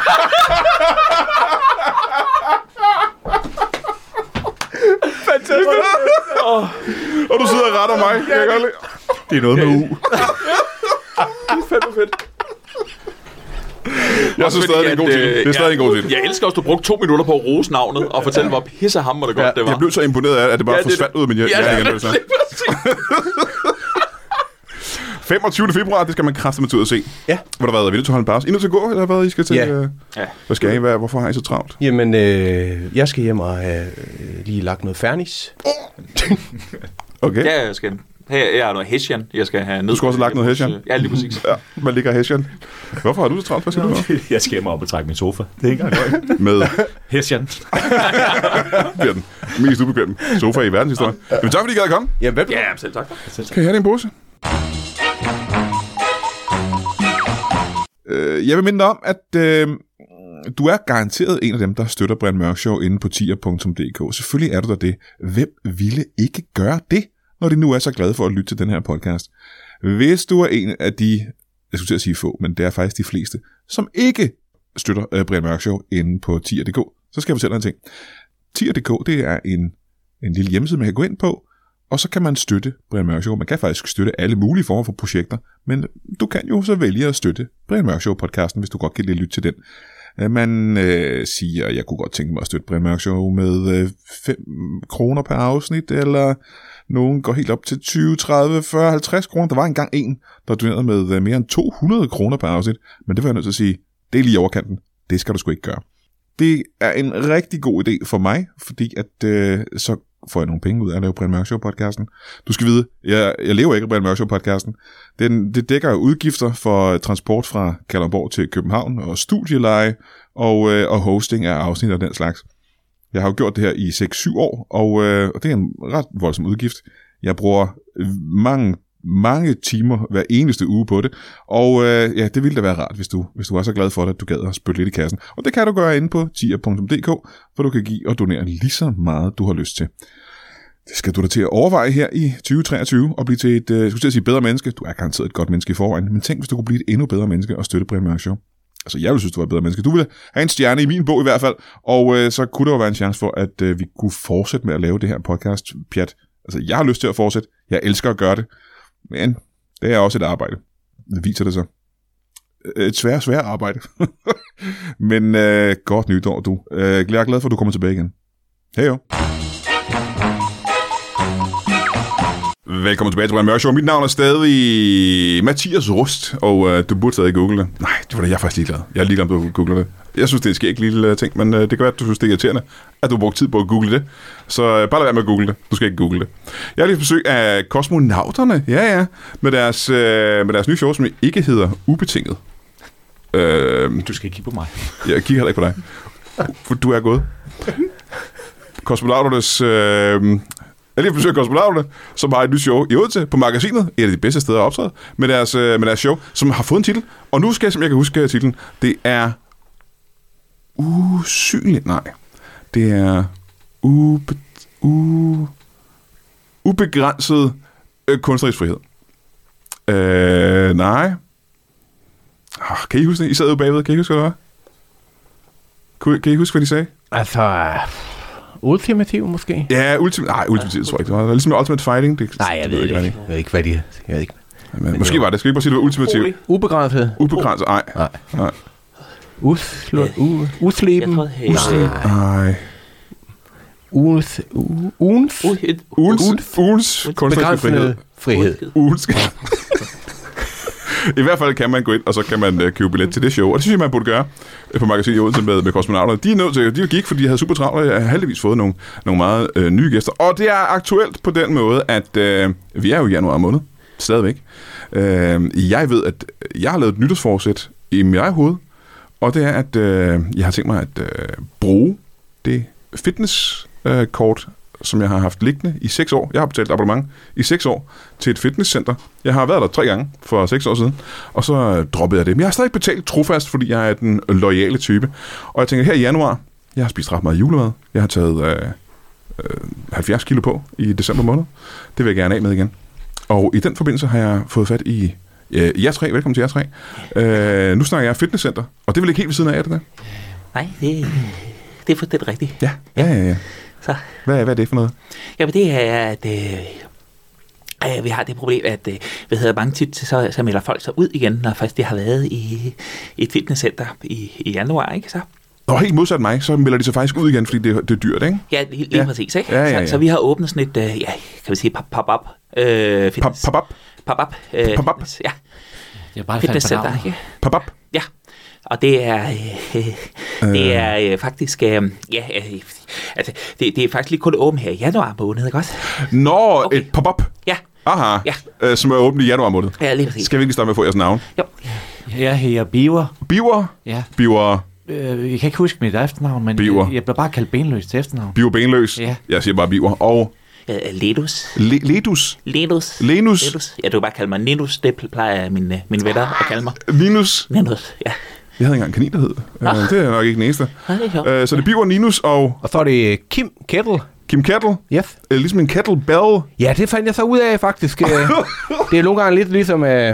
Fantastisk. Oh. Og du sidder og retter mig. Ja, jeg det. det er noget med U. Det er fandme fedt. Jeg synes stadig, det er en god titel. Det er stadig en god titel. Jeg elsker også, du brugte to minutter på at rose navnet og fortælle, hvor pissehammer det godt ja, det var. Jeg blev så imponeret af, at det bare ja, forsvandt ud af min hjælp. Ja, det er det. femogtyvende februar, det skal man krasse med ud at se. Ja. Hvor der har været, vil du til at holde en pause? I nødt til at gå, eller hvad I skal til? Ja. Øh, ja. Hvad skal I? Hvad, hvorfor har I så travlt? Jamen, øh, jeg skal hjem og øh, lige lagt noget fernis. Okay. Ja, jeg skal Her her er noget Hessian, jeg skal have ned. Du skal også have lagt noget Hessian? Ja, lige præcis. Ja, man ligger Hessian. Hvorfor har du så travlt? Hvad skal du med? Jeg skal mig op og trække min sofa. Det er ikke engang løgn. Med Hessian. bliver den mest ubekvemme sofa i verdenshistorien. Men tak fordi I gad at komme. Ja, velbekomme. Ja, selv tak. Kan jeg have din pose? Jeg vil minde dig om, at øh, du er garanteret en af dem, der støtter Brian Mørk Show inde på tier punktum d k. Selvfølgelig er du da det. Hvem ville ikke gøre det, når de nu er så glade for at lytte til den her podcast? Hvis du er en af de, jeg skulle til at sige få, men det er faktisk de fleste, som ikke støtter øh, Brian Mørk Show inde på tier punktum d k, så skal jeg fortælle dig en ting. tier punktum d k, det er en, en lille hjemmeside, man kan gå ind på, og så kan man støtte Brian Mørk Show. Man kan faktisk støtte alle mulige former for projekter, men du kan jo så vælge at støtte Brian Mørk Show-podcasten, hvis du godt kan lide at lytte til den. Man øh, siger, at jeg kunne godt tænke mig at støtte Brian Mørk Show med fem kroner per afsnit, eller nogen går helt op til tyve, tredive, fyrre, halvtreds kroner. Der var engang en, der donerede med øh, mere end to hundrede kroner per afsnit, men det var jeg nødt til at sige, det er lige overkanten. Det skal du sgu ikke gøre. Det er en rigtig god idé for mig, fordi at øh, så får jeg nogle penge ud af at lave Brian Mørk Show-podcasten. Du skal vide, jeg, jeg lever ikke af Brian Mørk Show-podcasten. Den, det dækker udgifter for transport fra Kalundborg til København, og studieleje, og, øh, og hosting af afsnit og den slags. Jeg har jo gjort det her i seks syv år, og, øh, og det er en ret voldsom udgift. Jeg bruger mange, mange timer hver eneste uge på det, og øh, ja, det ville da være rart, hvis du, hvis du var så glad for det, at du gad at spytte lidt i kassen. Og det kan du gøre inde på tier punktum d k, hvor du kan give og donere lige så meget, du har lyst til. Det skal du da til at overveje her i tyve treogtyve og blive til et, øh, jeg skulle til at sige, bedre menneske. Du er garanteret et godt menneske i forvejen, men tænk, hvis du kunne blive et endnu bedre menneske og støtte Brian Mørk Show. Altså, jeg ville synes, du var et bedre menneske. Du ville have en stjerne i min bog i hvert fald, og øh, så kunne der jo være en chance for, at øh, vi kunne fortsætte med at lave det her podcast pjat. Altså, jeg har lyst til at fortsætte. Jeg elsker at gøre det. Men det er også et arbejde. Det viser det så. Et svært, svært arbejde. Men øh, godt nytår, du. Øh, jeg er glad for, at du kommer tilbage igen. Hej jo. Velkommen tilbage til Brian Mørk Show. Mit navn er stadig Mathias Rust, og øh, du burde stadig google det. Nej, det var da jeg er faktisk ligeglad. Jeg er ligeglad, om du googler det. Jeg synes, det er en skæg lille ting, men øh, det kan være, at du synes, det er irriterende, at du har brugt tid på at google det. Så øh, bare lad være med at google det. Du skal ikke google det. Jeg har lige besøg af Kosmonauterne, ja ja, med deres, øh, med deres nye show, som ikke hedder Ubetinget. Øh, Du skal ikke kigge på mig. Jeg kigger heller ikke på dig. For du er gået. Kosmonauternes... Øh, Jeg lige besøger Kosmonauterne, som har et nyt show i Odense på Magasinet, et af de bedste steder at optræde, med deres, med deres show, som har fået en titel. Og nu skal jeg, som jeg kan huske titlen, det er usynligt, nej, det er ube, u, ubegrænset øh, kunstnerisk frihed. Øh, nej. Oh, kan I huske det? I sad jo bagved, kan I huske, hvad det var? Kan I huske, hvad de sagde? Altså... Ultimativ, måske? Ja, ultimativ. Nej, ultimativ, tror jeg ikke. Det var ligesom Ultimate Fighting. Det, Nej, jeg ved det ikke. Jeg ved ikke, hvad de... Jeg ved ikke. Men, måske var det. Skal vi ikke bare sige, det var ultimativ? Ubegrænset? Ubegrænset, nej. Nej. Nej. Uslo, u, usleben? Nej. Ugens... Ugens... Ugens... Ugens kunstneriske frihed. frihed. Ugens... I hvert fald kan man gå ind, og så kan man uh, købe billet til det show. Og det synes jeg, man burde gøre på Magasinet i Odense med, med Kosmonauterne. De er nødt til, de gik, fordi de havde super travlt, og jeg har heldigvis fået nogle, nogle meget uh, nye gæster. Og det er aktuelt på den måde, at uh, vi er jo i januar måned. Stadigvæk. Uh, jeg ved, at jeg har lavet et nytårsforsæt i mit eget hoved, og det er, at uh, jeg har tænkt mig at uh, bruge det fitnesskort, uh, som jeg har haft liggende i seks år. Jeg har betalt abonnement i seks år til et fitnesscenter. Jeg har været der tre gange for seks år siden, og så droppede jeg det. Men jeg har stadig betalt trofast, fordi jeg er den loyale type. Og jeg tænker, her i januar, jeg har spist ret meget julemad. Jeg har taget øh, øh, halvfjerds kilo på i december måned. Det vil jeg gerne af med igen. Og i den forbindelse har jeg fået fat i øh, jer tre. Velkommen til jer tre. Øh, nu snakker jeg fitnesscenter, og det vil ikke helt ved siden af, er det der? Nej, det, det er fuldstændig rigtigt. Ja, ja, ja. ja. Så. Hvad, hvad er det for noget? Jamen det er, at øh, øh, vi har det problem, at øh, hvad hedder, mange tit, så, så melder folk sig ud igen, når først de har været i, i et fitnesscenter i, i januar, ikke så? Og helt modsat mig, så melder de sig faktisk ud igen, fordi det, det er dyrt, ikke? Ja, lige, lige ja. præcis, ikke? Ja, ja, ja. Så, så vi har åbnet sådan et, øh, ja, kan vi sige, pop-up øh, fitness. Pop-up? Pop-up. Øh, Pop-up? Ja. Det er bare fitnesscenter, ikke? Pop-up? Ja. Og det er, øh, det er øh, faktisk, øh, ja, øh, altså, det, det er faktisk lige kun åbent her i januar måned, ikke også? Nå, Okay. et pop-up? Ja. Aha, Ja. øh, som er åbent i januar måned. Ja, lige præcis. Skal vi ikke starte med at få jeres navn? Jo. Jeg hedder Biver. Biver? Ja. Biver, Øh, jeg kan ikke huske mit efternavn, men Biver. jeg, jeg bliver bare kaldt benløs til efternavn. Biver Benløs. Ja. Jeg siger bare Biver. Og Øh, Ledus. Le- Ledus. Lenus. Lenus. Lenus. Ja, du kan bare kalde mig Ninus. Det plejer mine, mine venner at kalde mig. Ninus. Ninus, ja. Jeg havde engang en kanin, der hed. Nå. Øh, det er nok ikke den eneste. Ja, det er sjovt. Øh, så det er Biver, Ninus og Og så er det Kim Kettle. Kim Kettle. Yes. Øh, ligesom en kettlebell. Ja, det fandt jeg så ud af, faktisk. Øh, det er nogle gange lidt ligesom... Øh,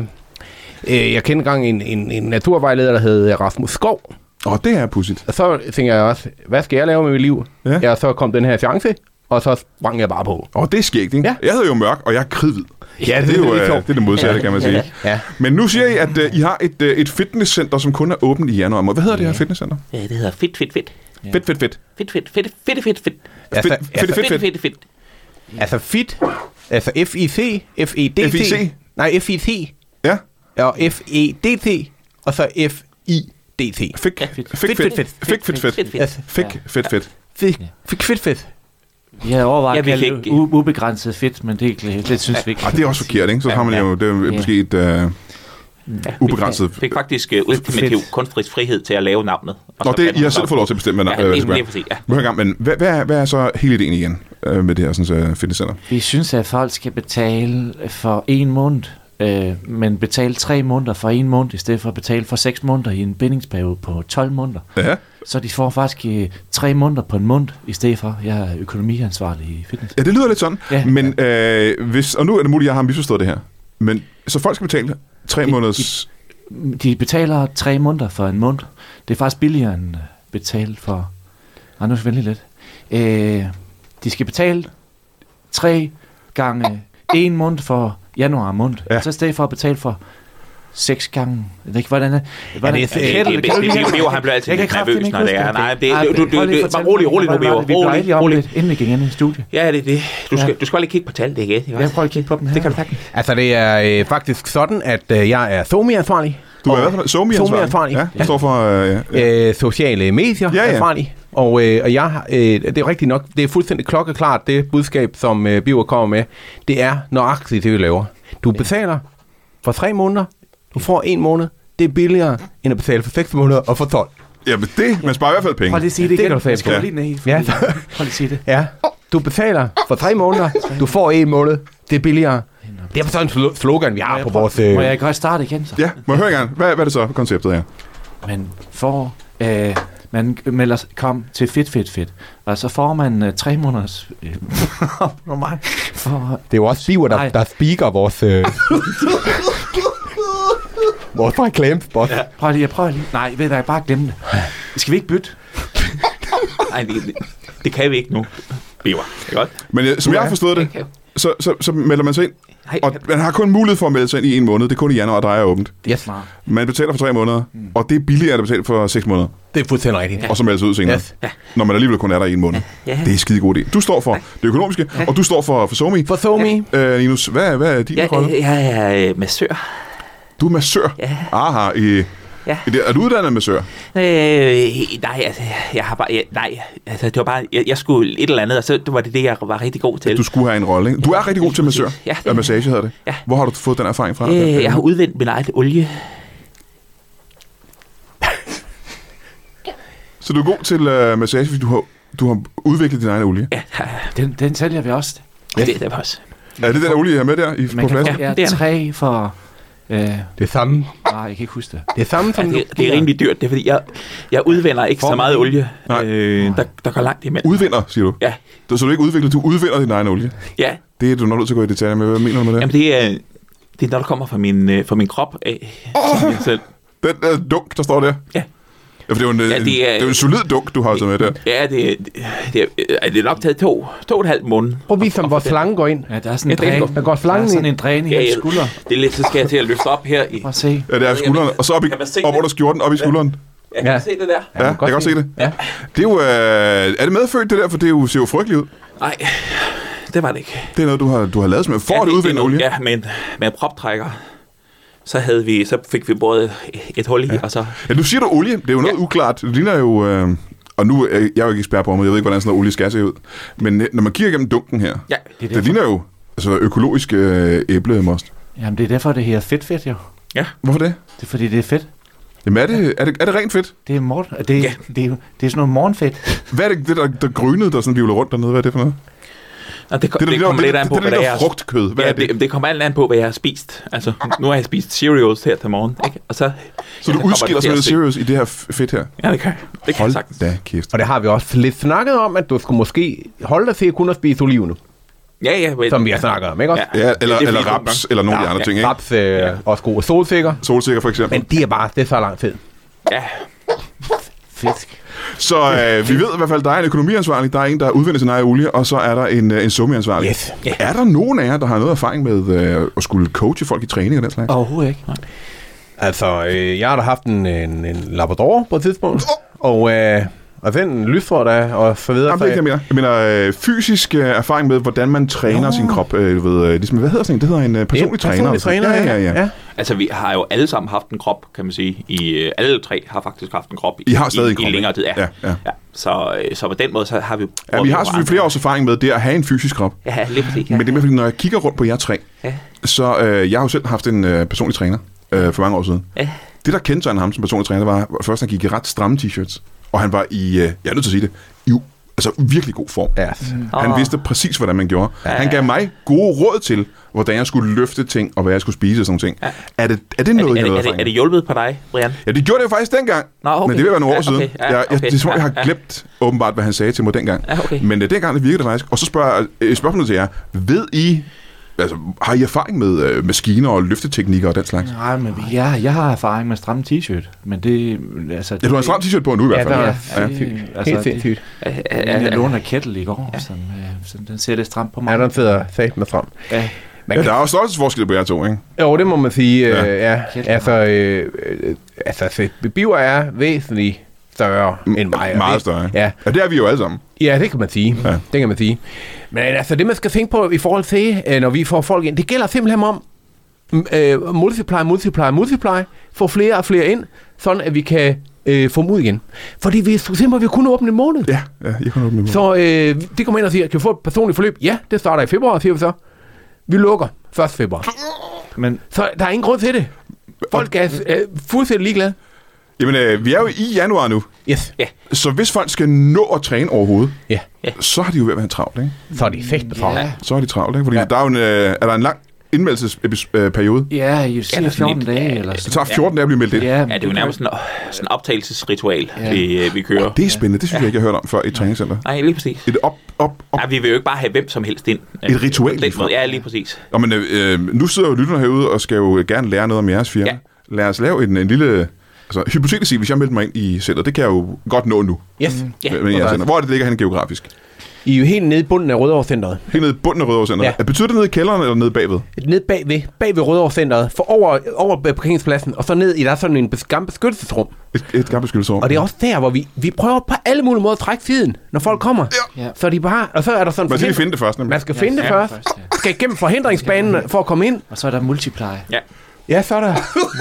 øh, jeg kendte engang en, en, en naturvejleder, der hed Rasmus Skov. Åh, oh, det er pudsigt. Og så tænker jeg også, hvad skal jeg lave med mit liv? Ja. Ja, så kom den her chance, og så sprang jeg bare på. Åh, oh, det er skægt, ikke? Ja. Jeg hedder jo Mørk, og jeg er kridhvid. Ja, Det er jo lidt øh, sjovt. det, er det modsatte, kan man sige. Ja. Men nu siger I, at uh, I har et, uh, et fitnesscenter, som kun er åbent i januar. Hvad hedder det her fitnesscenter? Ja, det hedder Fit, Fit, Fit. Fedt, fedt, fedt. Fedt, fedt, fedt, fedt, fedt, fedt. Altså, Fedt, fedt, altså, fedt, fedt. fedt, fedt. altså fit, altså F I C, F E D T. F I C? Nej, F I C, Ja, og F E D T, og så F I D T. fik, fedt. fik, fedt, fedt, fedt, fedt, fedt, fedt, Fedt, fedt. Altså, fik, fedt, fedt. fik, fik fedt fedt. Jeg overvejer Ja, at vi kalde fik- det u- ubegrænset fedt, men det, er ikke- det synes vi ikke. Og det er også forkert, ikke? Så har man jo, det er jo måske et uh, Ja, ubegrænset... fik, fik faktisk uh, ultimativ kunstnerisk frihed til at lave navnet. Og Nå, så det, fandt I har man selv så- fået lov til at bestemme, hvad Ja, øh, det det er skal være. lige præcis, ja. Hør gang, men hvad, hvad, er, hvad er så hele ideen igen øh, med det her sådan, uh, fitnesscenter? Vi synes, at folk skal betale for en måned, øh, men betale tre måneder for en måned, i stedet for at betale for seks måneder i en bindingsperiode på tolv måneder. Ja. Så de får faktisk øh, tre måneder på en måned, i stedet for. Jeg er økonomiansvarlig i fitness. Ja, det lyder lidt sådan. Ja. Men øh, hvis, og nu er det muligt, at jeg har misforstået det her. Men så folk skal betale tre De- måneders... De betaler tre måneder for en måned. Det er faktisk billigere end øh, betale for... Nej, nu er det lidt. Øh, de skal betale tre gange en måned for januar måned. Ja. Ja. Så i stedet for at betale for seks gange... Jeg ved ikke, hvordan er... Hvordan, det er- Det- det- det- det- Biver, han bliver altid Jeg kan lidt kraftigt nervøs, ikke når det huske er. det. Nej, det, Ej, du, du, prøv lige du, at fortælle bare rolig, mig, rolig nu, hvad Biver. var det, vi blev Rolig, enige om rolig. lidt, inden vi gik ind i studiet. Ja, det er det. Du skal, Ja. du skal lige kigge på tal, det igen. ikke Jeg også? prøver at kigge på dem her. Det kan du sagtens. Altså, det er øh, faktisk sådan, at øh, jeg er SoMe-ansvarlig. Du er hvad for noget? Somi-ansvarlig? Somi-ansvarlig. Ja, det står for... Øh, ja. Øh, sociale medier Ja, ja. ansvarlig. Og, øh, og jeg, har- øh, det er rigtigt nok, det er fuldstændig klokkeklart, det budskab, som øh, Biver kommer med, det er nøjagtigt det, vi laver. Du betaler for tre måneder, du får en måned, det er billigere, end at betale for seks måneder og for tolv. Jamen det, man sparer i hvert fald penge. Prøv lige at sige det Det igen. kan du sige. Jeg skal Ja. lige ned i. Ja. fordi- Prøv lige at sige det. Ja, du betaler for tre måneder, du får en måned, det er billigere. Det er sådan en slo- slogan, vi Må har jeg på prøve- vores... Øh, Må jeg godt starte igen så? Ja, må jeg høre engang. Hvad, hvad er det så, konceptet her? Man får... Øh, man melder sig- kom til Fit Fit Fit, og så får man øh, tre måneders... Øh, for mig. For, det er jo også Biver, der, Nej. der speaker vores... Øh, vores reklamespot. Ja. prøv lige, prøv lige. Nej, ved du, jeg bare glemme det. Skal vi ikke bytte? Nej, det, det, det kan vi ikke nu. Biver. Det er godt. Men øh, som jeg har forstået det, Okay. så, så, så melder man sig ind, Hej. og man har kun mulighed for at melde sig ind i en måned. Det er kun i januar, der er åbent. Yes. Smart. Man betaler for tre måneder, mm. og det er billigere at betale for seks måneder, Det er fuldstændig rigtigt. ja. og så melde sig ud senere. Yes. Ja. Når man alligevel kun er der i en måned. Ja. Det er en skide god idé. Du står for det økonomiske, og du står for, for Somi. For SoMe. Øh, Linus, hvad, hvad er din Jeg, rolle? jeg, jeg er øh, massør. Du er massør. Ja. Aha, i, Ja. i det, er du uddannet massør? Øh, nej, altså, jeg har bare... Jeg, nej, altså, det var bare... Jeg, jeg skulle et eller andet, og så var det det, jeg var rigtig god til. Du skulle have en rolle, ikke? Du er rigtig god til massør. Ja, det- Ja, massage hedder det. Ja. Hvor har du fået den erfaring fra? Øh, jeg har udvendt min egen olie. Så du er god til uh, massage, fordi du har, du har udviklet din egen olie. Ja, Den, den sælger vi også. ja. det, det var også. Er det den olie, jeg har med der i, Man på kan pladsen? få Ja, ja, det er det. tre for... Øh, Det er samme. nej, jeg kan ikke huske det. Det er samme Ja, som... det, det er rimelig dyrt, det er fordi, jeg, jeg udvinder ikke så meget olie. Nej. Øh, der, der går langt imellem. Udvinder, siger du? Ja, Så du ikke udvikler, du udvinder din egen olie? ja. Det er du nok nødt til at gå i detaljer med. Hvad mener du med det? Jamen det er, det er når der kommer fra min, øh, fra min krop af. Oh! Selv. Den der dunk, der står der? Ja. Ja, for det er jo en, Ja, ja, det det er- er, det er jo en solid dunk, du har taget med der. Ja, det, det, det, er, det er nok taget to, to og et halvt måned. Prøv at vise ham, hvor slangen går ind. Ja, der er sådan en Ja, det er dræn. godt. Der går slangen Der er sådan ind. en dræn i Ja, hans ja. skulder. Det er lidt, så skal jeg til at løfte op her i. Prøv at se. Ja, det er skulderen, og så op, i, Kan man se op det? under skjorten, op i skulderen. Jeg kan Ja. se det der. Ja, jeg kan godt se det. Ja. Det er jo, øh, er det medfødt det der, for det er jo, ser jo frygteligt ud. Nej, det var det ikke. Det er noget, du har, du har lavet med for Ja, at det- det er udvinde noget- olie. Ja, med en, med en proptrækker. Så, havde vi, så fik vi både et hul i, ja. og så... Ja, nu siger du olie. Det er jo noget Ja. uklart. Det ligner jo... Øh, og nu er jeg jo ikke ekspert på området. Jeg ved ikke, hvordan sådan noget olie skal se ud. Men øh, når man kigger gennem dunken her, Ja, det, det ligner jo Altså økologisk øh, æblemost. Jamen, det er derfor, det her fedt fedt, jo. Hvorfor det? Det er fordi, det er fedt. Jamen er det, er det, er det rent fedt? Det er, morgen, det, ja. det, er, det er sådan noget morgenfedt. Hvad er det, det der, der grønede, der sådan vivler rundt dernede? Hvad er det for noget? Og det, Det er det, det, kommer det, lidt an på, det, hvad det, det det er. der frugtkød. Hvad Ja, er det? det, det kommer alt an på, hvad jeg har spist. Altså, nu har jeg spist cereals her til morgen, ikke? Og så, Så du udskiller sådan noget seriøst i det her f- fedt her? Ja, det kan jeg. Det kan jeg Hold sagtens. da kæft. Og det har vi også lidt snakket om, at du skulle måske holde dig til kun at spise oliven nu, Ja, ja. Men, som vi har snakket om, ikke også? Ja. Ja, eller, Det er eller fordi, raps, eller nogle af de andre ting, ikke? Raps, øh, også gode solsikker, Solsikker for eksempel. men det er bare, det er så lang tid. Ja. Fisk. Så øh, vi ved i hvert fald, at der er en økonomiansvarlig, der er en, der udvinder sin egen olie, og så er der en, øh, en summeansvarlig. Yes. Ja. Er der nogen af jer, der har noget erfaring med øh, at skulle coache folk i træning og den slags? Overhovedet ikke. Altså, øh, jeg har da haft en, en, en Labrador på et tidspunkt, og, øh, og den lysår der, og så videre. Jamen, det er ikke det, jeg mener. Jeg mener øh, fysisk øh, erfaring med, hvordan man træner sin krop. Øh, du ved, øh, ligesom, hvad hedder sådan en? Det hedder en øh, personlig træner. Personlig træner, ja, ja, ja. ja. Altså, vi har jo alle sammen haft en krop, kan man sige. I, øh, alle tre har faktisk haft en krop. I, I har stadig i, en krop, i længere ikke? tid, ja. Ja, ja. ja. Så, øh, så på den måde, så har vi... Ja, vi har selvfølgelig flere års erfaring med det at have en fysisk krop. Ja, lige præcis. Ja. Men det er mere, fordi når jeg kigger rundt på jer tre, Ja. så øh, jeg har jo selv haft en øh, personlig træner øh, for mange år siden. Ja. Det, der kendetegnede ham som personlig træner, var først, han gik i ret stramme t-shirts. Og han var i, øh, jeg er nødt til at sige det, i altså, virkelig god form. Ja. Han Åh. vidste præcis, hvordan man gjorde. Han gav mig gode råd til, hvordan jeg skulle løfte ting, og hvad jeg skulle spise og sådan ting. Ja. Er det, er det Er, noget, det, er, jeg det, har er, det, været er det hjulpet på dig, Brian? Ja, det gjorde det jo faktisk dengang. Nå, okay. Men det vil være nogle år Ja, siden. okay. Ja, jeg, jeg, okay. det tror jeg, jeg Ja, har glemt åbenbart, hvad han sagde til mig dengang. Ja, okay. Men uh, dengang det virkede det faktisk. Og så spørger jeg øh, spørgsmålet til jer. Ved I, altså, har I erfaring med øh, maskiner og løfteteknikker og den slags? Nej, men jeg, jeg har erfaring med stram t-shirt, men det... Altså, Ja, du har en stram t-shirt på nu i hvert Ja, fald. der Ja, er det, sygt. altså, Helt det, sindssygt. jeg låner kettle i går, så, så den ser lidt stramt på mig. Ja, den sidder sat med frem. Ja. Man Ja, kan, der er jo størrelsesforskel på jer to, ikke? jo, det må man sige. Ja. Øh, ja. Kæft, Altså, øh, øh, altså, så Biver er væsentligt større end mig. og Meget det- større. Ja, Ja, det er vi jo alle sammen. ja, det kan man sige. Ja. Det kan man sige. Men altså, det man skal tænke på i forhold til, øh, når vi får folk ind, det gælder simpelthen om mm, øh, multiply, multiply, multiply, få flere og flere ind, sådan at vi kan øh, få dem ud igen. Fordi vi for eksempel vi kun åbne en måned. Ja, ja jeg kan åbne mig. Så øh, det kommer ind og siger, kan vi få et personligt forløb? Ja, det starter i februar, siger vi så. Vi lukker første februar. Men Så der er ingen grund til det. Folk er øh, fuldstændig ligeglade. Jamen, øh, vi er jo i januar nu. Yes. Så hvis folk skal nå at træne overhovedet, Ja. så har de jo ved at være travlt, ikke? Så er de fedt med travlt. ja, Så er de travlt, ikke? Fordi Ja. ja. der er jo en, øh, er der en lang indmeldelsesperiode. ja, I siger Eller sådan fjorten en- dage eller Det sådan. tager fjorten dage at blive meldt ind. Ja, Ja, det er jo nærmest sådan sådan en optagelsesritual, Ja. vi, vi kører. Det er spændende. Det synes jeg ikke, jeg har hørt om før i et træningscenter. Nej, lige præcis. Et op, op, op. Nej, vi vil jo ikke bare have hvem som helst ind. Et ritual Den ligefrem. måde. Ja, lige præcis. Nå, men øh, nu sidder jo lytterne herude og skal jo gerne lære noget om jeres firma. Ja. Lad os lave en, en lille... Altså, hypotetisk sige, hvis jeg meldte mig ind i centret, det kan jeg jo godt nå nu. Yes. Ja. Med jeres center. Hvor er det, det ligger hen geografisk? I er jo helt nede i bunden af Rødovre-centret. Helt nede i bunden af Rødovre Center. Ja. Ja. Betyder det nede i kælderen eller nede bagved? Nede bagved, bagved Rødovre-centret, for over, over parkeringspladsen, og så ned i der er sådan en bes- gammel beskyttelsesrum. Et, et gammelt beskyttelsesrum. Og det er også der, hvor vi, vi prøver på alle mulige måder at trække tiden, når folk kommer. Ja. Så de bare, og så er der sådan... Man skal lige forhind- finde det først, nemlig. Man skal finde det Ja, først. først, ja. Skal igennem forhindringsbanen for at komme ind. Og så er der multiply. Ja. Ja, så er der...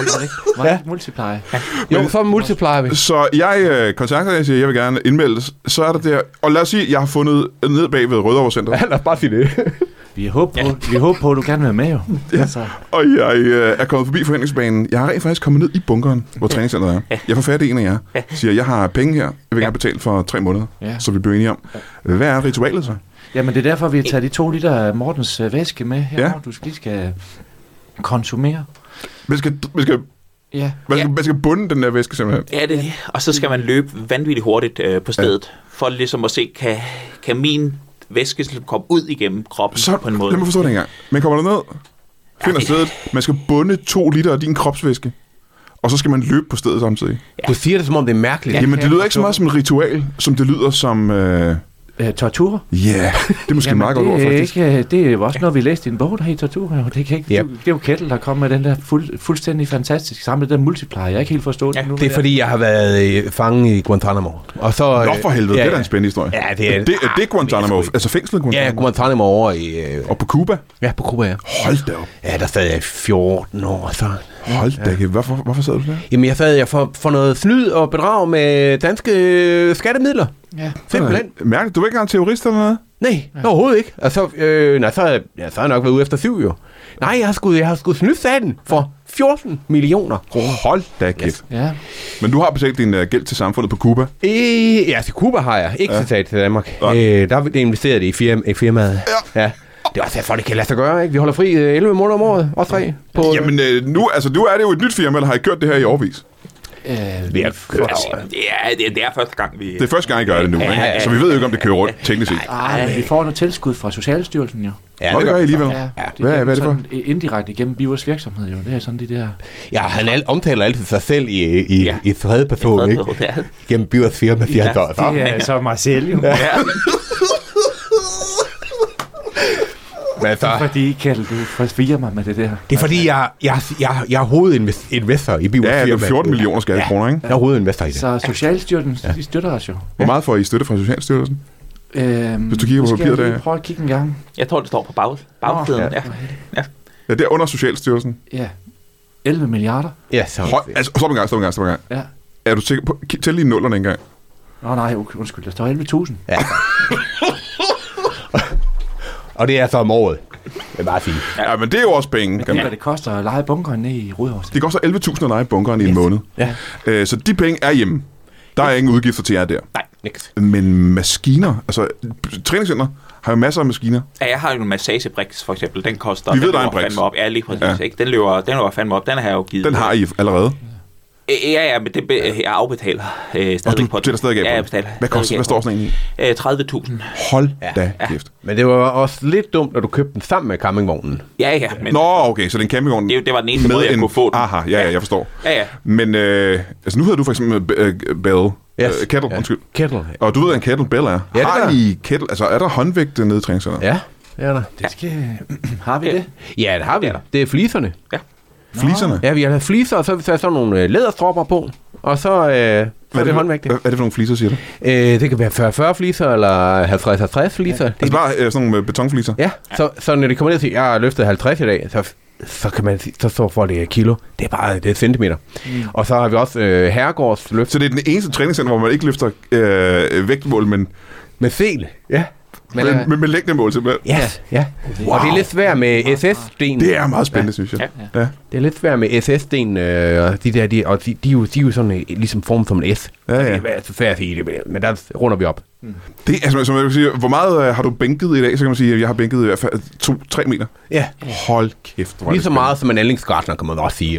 Var det multiply? Jo, så multiplier vi. Så jeg øh, kontakter jer og siger, at jeg vil gerne indmeldes. Så er der der... Og lad os sige, at jeg har fundet ned bagved Rødovre Center. Ja, lad os bare sige det. Vi håber på, vi håber på, at du gerne vil være med, jo. Ja. Altså, Og jeg øh, er kommet forbi forhandlingsbanen. Jeg har rent faktisk kommet ned i bunkeren, hvor træningscenteret er. Jeg får fat i en af jer. Siger, jeg har penge her. Jeg vil gerne betale for tre måneder. Ja. Så vi bliver enige om. Hvad er ritualet så? jamen, det er derfor, vi har taget de to liter af Mortens øh, væske med her, Ja. du skal, lige skal konsumere. Man skal, man skal, Ja. man skal, man skal bunde den der væske simpelthen. Ja, det er det. Og så skal man løbe vanvittigt hurtigt øh, på stedet, for ligesom at se, kan, kan min væske komme ud igennem kroppen Så på en måde. lad mig forstå det engang. Man kommer derned, finder stedet. Man skal bunde to liter af din kropsvæske. Og så skal man løbe på stedet samtidig. Du siger det, som om det er mærkeligt. Jamen, det lyder ikke så meget som et ritual, som det lyder som... Øh, Øh, tortur? Ja, yeah, det er måske Jamen, meget godt ord, det er faktisk. ikke, det er jo også noget, vi læste i en bog, der hedder Tortur. Jo. Det, kan ikke, Yep. det, det er jo Kettle, der kom med den der fuld, fuldstændig fantastiske sammen med den multiplier. Jeg har ikke helt forstået Ja, det nu. Det er fordi, jeg har været øh, fanget i Guantanamo. Og så, Nå for helvede, ja, det er da en spændende historie. Ja, det er... Er det, er det Guantanamo? Men jeg Altså fængslet Ja, Guantanamo? Guantanamo over i... Øh, Og på Cuba? ja, på Cuba, ja. Hold da op. Ja, der sad jeg i fjorten år, så... Hold da kæft. Hvorfor, hvorfor sad du der? Jamen, jeg sad jeg for, for noget snyd og bedrag med danske øh, skattemidler. Ja. Simpelthen. Mærkeligt. Du er ikke engang terrorist eller noget? Nej, ja. Overhovedet ikke. Altså, øh, nej, så har jeg, ja, så har jeg nok været ude efter syv, jo. Nej, jeg har sgu, jeg har sgu snydt staten for fjorten millioner kroner. Hold da kæft. Yes. Ja. Men du har betalt din uh, gæld til samfundet på Cuba. Øh, ja, til Cuba har jeg. Ikke ja. til Danmark. Ja. Øh, der er det investeret i, firma, i firmaet. Ja. ja. Det er også derfor, det kan lade sig gøre, ikke? Vi holder fri øh, elleve måneder om året. Også tre. På, Jamen, øh, nu, altså, nu er det jo et nyt firma, der har I kørt det her i årvis. Øh, vi er kørt. Altså, det, er, det, er, det er første gang, vi... Det er første gang, I gør det nu, ikke? Så vi ved jo ikke, om det kører rundt, teknisk set. Ej, men vi får noget tilskud fra Socialstyrelsen, jo. Ja, Nå, det gør I alligevel. Ja, det Hvad, hvad er det for? sådan indirekte igennem Bivers virksomhed, jo. Det er sådan de der... Ja, han al- omtaler altid sig selv i, i, Ja. i tredje person, ikke? Ja. Gennem Bivers firma, siger han så. Det er så Marcel, jo. Ja. Men så, Fordi, Kjeld, du forvirrer mig med det der. det er fordi, jeg, jeg, jeg, jeg er hovedinvestor i Bivers Ja, ja, firma. det er fjorten millioner skattekroner, ikke? Jeg er hovedinvestor i det. Så Socialstyrelsen, ja. de støtter os jo. Hvor meget får I støtte fra Socialstyrelsen? Øhm, Hvis du kigger på papiret der- der... Prøv at kigge en gang. Jeg tror, det står på bag, bagsiden. Nå, Ja. Ja. Ja, det er under Socialstyrelsen. Ja. elleve milliarder. Ja, så. Hold, altså, stop en gang, stop en gang, stop en gang. Ja. Er du sikker på... Tæl lige nullerne engang. Nå nej, okay, undskyld, der står elleve tusind. Ja. Og det er så om året. Det er bare fint. Ja, men det er jo også penge. Det Kan er, man. hvad det koster at lege bunkeren ned i Rødovre. Det koster elleve tusind at lege bunkeren i en måned. Ja. Øh, så de penge er hjemme. Der er ingen udgifter til jer der. Nej. Niks. Men maskiner, altså træningscenter har jo masser af maskiner. Ja, jeg har jo en massagebriks, for eksempel. Den koster... Vi ved, den der er en løber briks. fandme op. Ja, lige præcis. Ja. Ja. Ikke? Den løber, den løber fandme op. Den har jeg jo givet. Den har I allerede. Ja, ja, men det, be- jeg afbetaler øh, Og stadigvæk du på den. betaler stadig af Ja, på jeg den. betaler. Hvad koster, stadig hvad står sådan en i? af på den. Øh, tredive tusind. Hold da kæft. Men det var også lidt dumt, at du købte den sammen med campingvognen. Ja, ja, men Nå, okay, så den campingvogn det, det var den eneste måde, jeg kunne få den. Aha, ja, ja, jeg forstår. Ja, ja. Men øh, altså nu hedder du for eksempel øh, Bell. Yes. Øh, kettle, Ja. undskyld. Kettle. Og du ved, hvad en kettlebell er. Ja, det har gør I kettle, altså er der håndvægt nede i træningscenteret? Ja, det er der. Det skal... Har vi det? Ja, det har vi. Det er der. Det er fliserne. Fliserne? Ja, vi har lavet fliser, og så har vi sat sådan nogle øh, læderstropper på. Og så, øh, så er det, det håndvægte. Hvad, hvad er det for nogle fliser, siger du? Øh, det kan være fyrre fyrre fliser, eller halvtreds halvtreds fliser. Ja. Det, Altså bare øh, sådan nogle med betonfliser? ja, så, så når det kommer ned til, jeg har løftet halvtreds i dag, så, så kan man sige- så står for det er kilo. Det er bare det er centimeter. Mm. Og så har vi også øh, herregårds løft Så det er den eneste træningscenter, hvor man ikke løfter øh, vægtmål, men, med sel. Ja. Men, men, øh, men med længdemål simpelthen. ja, ja. Wow. Og det er lidt svært med S S-delen. Det er meget spændende, ja. synes jeg. Ja. Ja. Det er lidt svært med S S-delen, øh, og de der, de, og de, de, er jo, de er jo sådan øh, ligesom form som en S. Ja, ja. Det er så svært at sige det, men der runder vi op. Det er, altså, som jeg vil sige, hvor meget øh, har du bænket i dag? Så kan man sige, at jeg har bænket i hvert fald to tre meter. Ja. Hold kæft. hvor er Lige det så meget som en anlægsgartner, kan man også sige.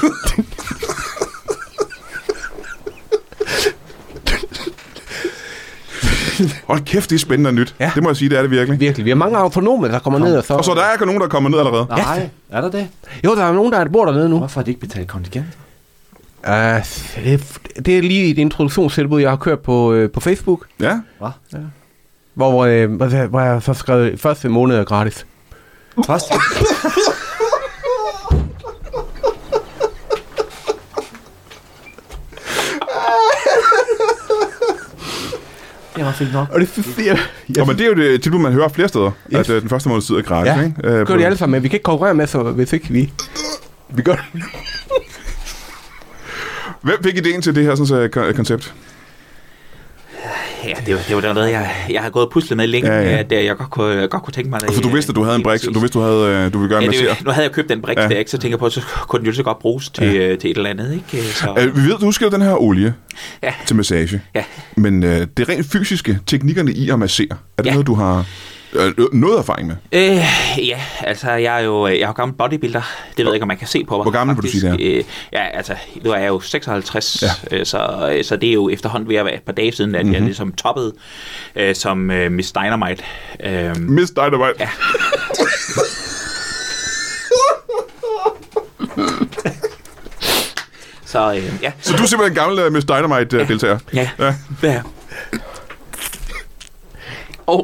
spændende. Hold kæft, det er spændende og nyt. Ja. Det må jeg sige, det er det virkelig. Virkelig. Vi har mange autonome, der kommer ned og så... Og så der er nogen, der kommer ned allerede. Nej, er der det? Jo, der er nogen, der bor dernede nu. Hvorfor har de ikke betalt kontingent? Uh, det, det er lige et introduktionstilbud, jeg har kørt på, øh, på Facebook, Ja. hvor, øh, hvor, jeg- hvor jeg så skrev første måned er gratis. Først. Det var fint nok. Og det synes jeg... Og men det er jo det tilbud, man hører flere steder, Yes. at øh, den første måned tid er gratis. Ja, ikke? Øh, gør på- de alle sammen, men vi kan ikke konkurrere med, så hvis ikke vi... Vi gør det. Hvem fik idéen til det her sådan, så, kon- koncept? Ja, det var, det var noget, jeg, jeg har gået og puslet med længe, Ja, ja. at øh, jeg godt kunne, godt kunne tænke mig det. For du vidste, at du havde en briks, og du vidste, du havde, øh, du ville gøre en Ja, massere. det, nu havde jeg købt den briks Ja. ja. der, ikke? Så tænker jeg på, så kunne den jo så godt bruges til, ja. til et eller andet, ikke? Så, Øh, vi ved, du udskiller den her olie Ja. til massage. Ja. Men øh, det rent fysiske, teknikkerne i at massere, er det Ja. noget, du har øh, noget erfaring med? Øh, ja, altså jeg er jo jeg er jo gammel bodybuilder. Det ved jeg ikke, om man kan se på mig. Hvor gammel vil du sige, det er? Øh, ja, altså nu er jeg jo seksoghalvtreds, Ja. øh, så, øh, så det er jo efterhånden ved at være et par dage siden, at mm-hmm. jeg ligesom toppede øh, som øh, Miss Dynamite. Øh, Miss Dynamite. Ja. så øh, ja. Så du er simpelthen en gammel uh, Miss Dynamite-deltager? Ja, Ja. ja. Og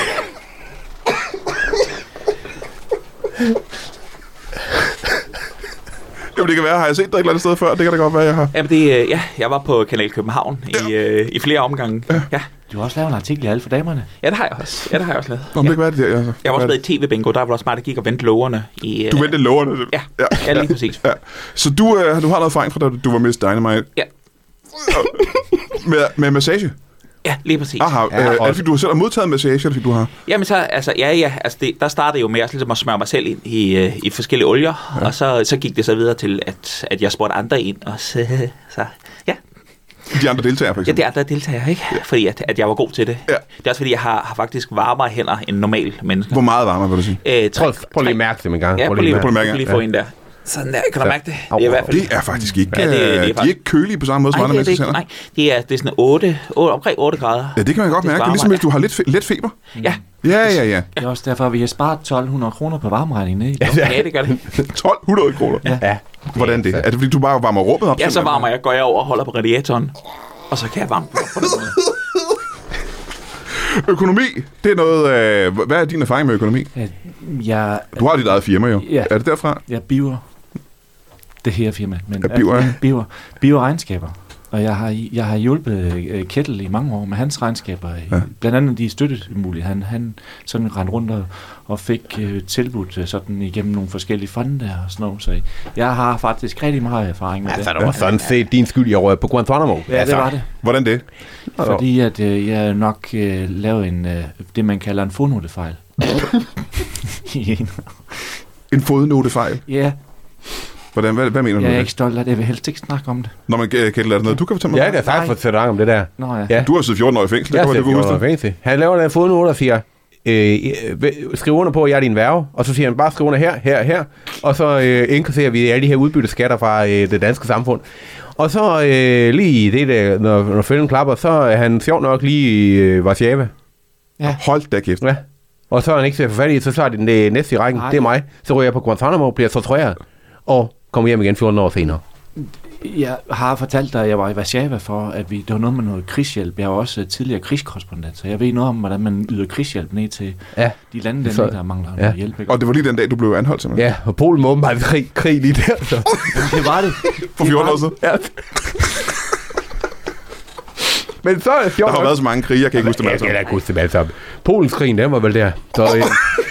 Jamen det kan være, har jeg set dig et eller andet sted før? Det kan da godt være, jeg har. Jamen det, øh, ja, jeg var på Kanal København ja. i, øh, i flere omgange. Ja. Ja. Du har også lavet en artikel i Alle for damerne. Ja, det har jeg også. Ja, det har jeg også lavet. Nå, men det kan være det der, altså. Jeg var også med i T V-bingo, der var også bare, det gik og vendte lågerne. I, Du vendte lågerne? Ja, ja. ja lige præcis. Ja. Så du, øh, du har noget erfaring fra, da du var Miss Dynamite? Ja. med, med massage? Ja, lige præcis. Aha, ja, øh, er det fordi, du selv har modtaget massage, eller fordi du har? Jamen så, altså, ja, ja, altså det, der startede jo med at, ligesom at smøre mig selv ind i, uh, i forskellige olier, ja. og så, så gik det så videre til, at, at jeg spurgte andre ind, og så, så ja. De andre deltagere, for Ja, eksempel? de andre deltagere, ikke? Ja. Fordi at, at jeg var god til det. Ja. Det er også fordi, jeg har, har faktisk varmere hænder end normal mennesker. Hvor meget varmere, vil du sige? Æ, tre, Prøv, prøv lige at mærke det en gang. Ja, prøv lige, prøv lige, prøv lige få en der. Sådan der, kan du mærke det? Det er i hvert fald... Det er faktisk ikke... Ja, det- det er øh, de er faktisk- ikke kølige på samme måde som Nej, andre det er det mennesker. ikke. Nej, det er, det er sådan otte, otte, omkring otte grader. Ja, det kan man godt Det er mærke. Det er varmere, ligesom, hvis ja. du har lidt, fe- let feber. Ja, Ja, ja, ja. Det er også derfor, at vi har sparet tolv hundrede kroner på varmeregningen. Ikke? ja, det gør det. tolv hundrede kroner. Ja. Hvordan det? Er det fordi, du bare varmer rummet op? Ja, så simpelthen? varmer jeg, går jeg over og holder på radiatoren, og så kan jeg varme på, på den måde. Økonomi, det er noget... Øh, hvad er din erfaring med økonomi? Ja, jeg, Du har dit eget firma, jo. Ja. Er det derfra? jeg biver det her firma. Men, Ja, biver, ja. biver, biver regnskaber. Og jeg har, jeg har hjulpet øh, Kettel i mange år med hans regnskaber. Ja. Ja. Blandt andet de støttemulige. Han, han sådan rendte rundt og, og fik øh, tilbudt øh, sådan igennem nogle forskellige fonde og sådan noget. Så jeg har faktisk rigtig meget erfaring med Altså, det. det var sådan set din skyld, jeg røg på Guantanamo. Ja, altså, det var det. Hvordan det? Fordi at øh, jeg nok øh, lavede en, øh, det, man kalder en fodnotefejl. En fodnotefejl. Ja, Hvordan, hvad, hvad mener du jeg er med ikke det? stolt af det. Jeg vil helst ikke snakke om det. Når man kan er det noget, du kan fortælle mig? Ja, det er sagt for til dig om det der. Nå ja. Ja. Du har siddet fjorten år i fængsel, det Jeg kan man ser du kan huske fjorten år det. fængsel. Han laver en fodnote og siger, øh, øh, skriv under på, at jeg er din værge, og så siger han, bare skriv under her, her, her, og så øh, indkasserer vi alle de her udbytteskatter fra øh, det danske samfund. Og så øh, lige i det, der, når, når fælden klapper, så er han sjov nok lige i øh, Warszawa. Ja. Hold da kæft. Ja. Og så er han ikke så forfærdig, så tager det den øh, næste i rækken, Nej. det er mig. Så ryger jeg på Guantanamo, bliver tortureret, og kommer hjem igen fjorten år senere. Jeg har fortalt dig, at jeg var i Warszawa for, at vi, det var noget med noget krigshjælp. Jeg var også uh, tidligere krigskorrespondent, så jeg ved noget om, hvordan man yder krigshjælp ned til Ja. de lande, der, Så- der mangler ja. noget hjælp. Ikke? Og det var lige den dag, du blev anholdt, simpelthen. Ja, og Polen må åbenbart krig, krig lige der. Så. Det var det. For fjorten år siden. Ja. Men så er det fjorten Der har været så mange krige, jeg kan ikke huske dem Ja, alle jeg kan sammen. da ikke huske dem alle sammen. Polenskrigen, den var vel der. Så, øh,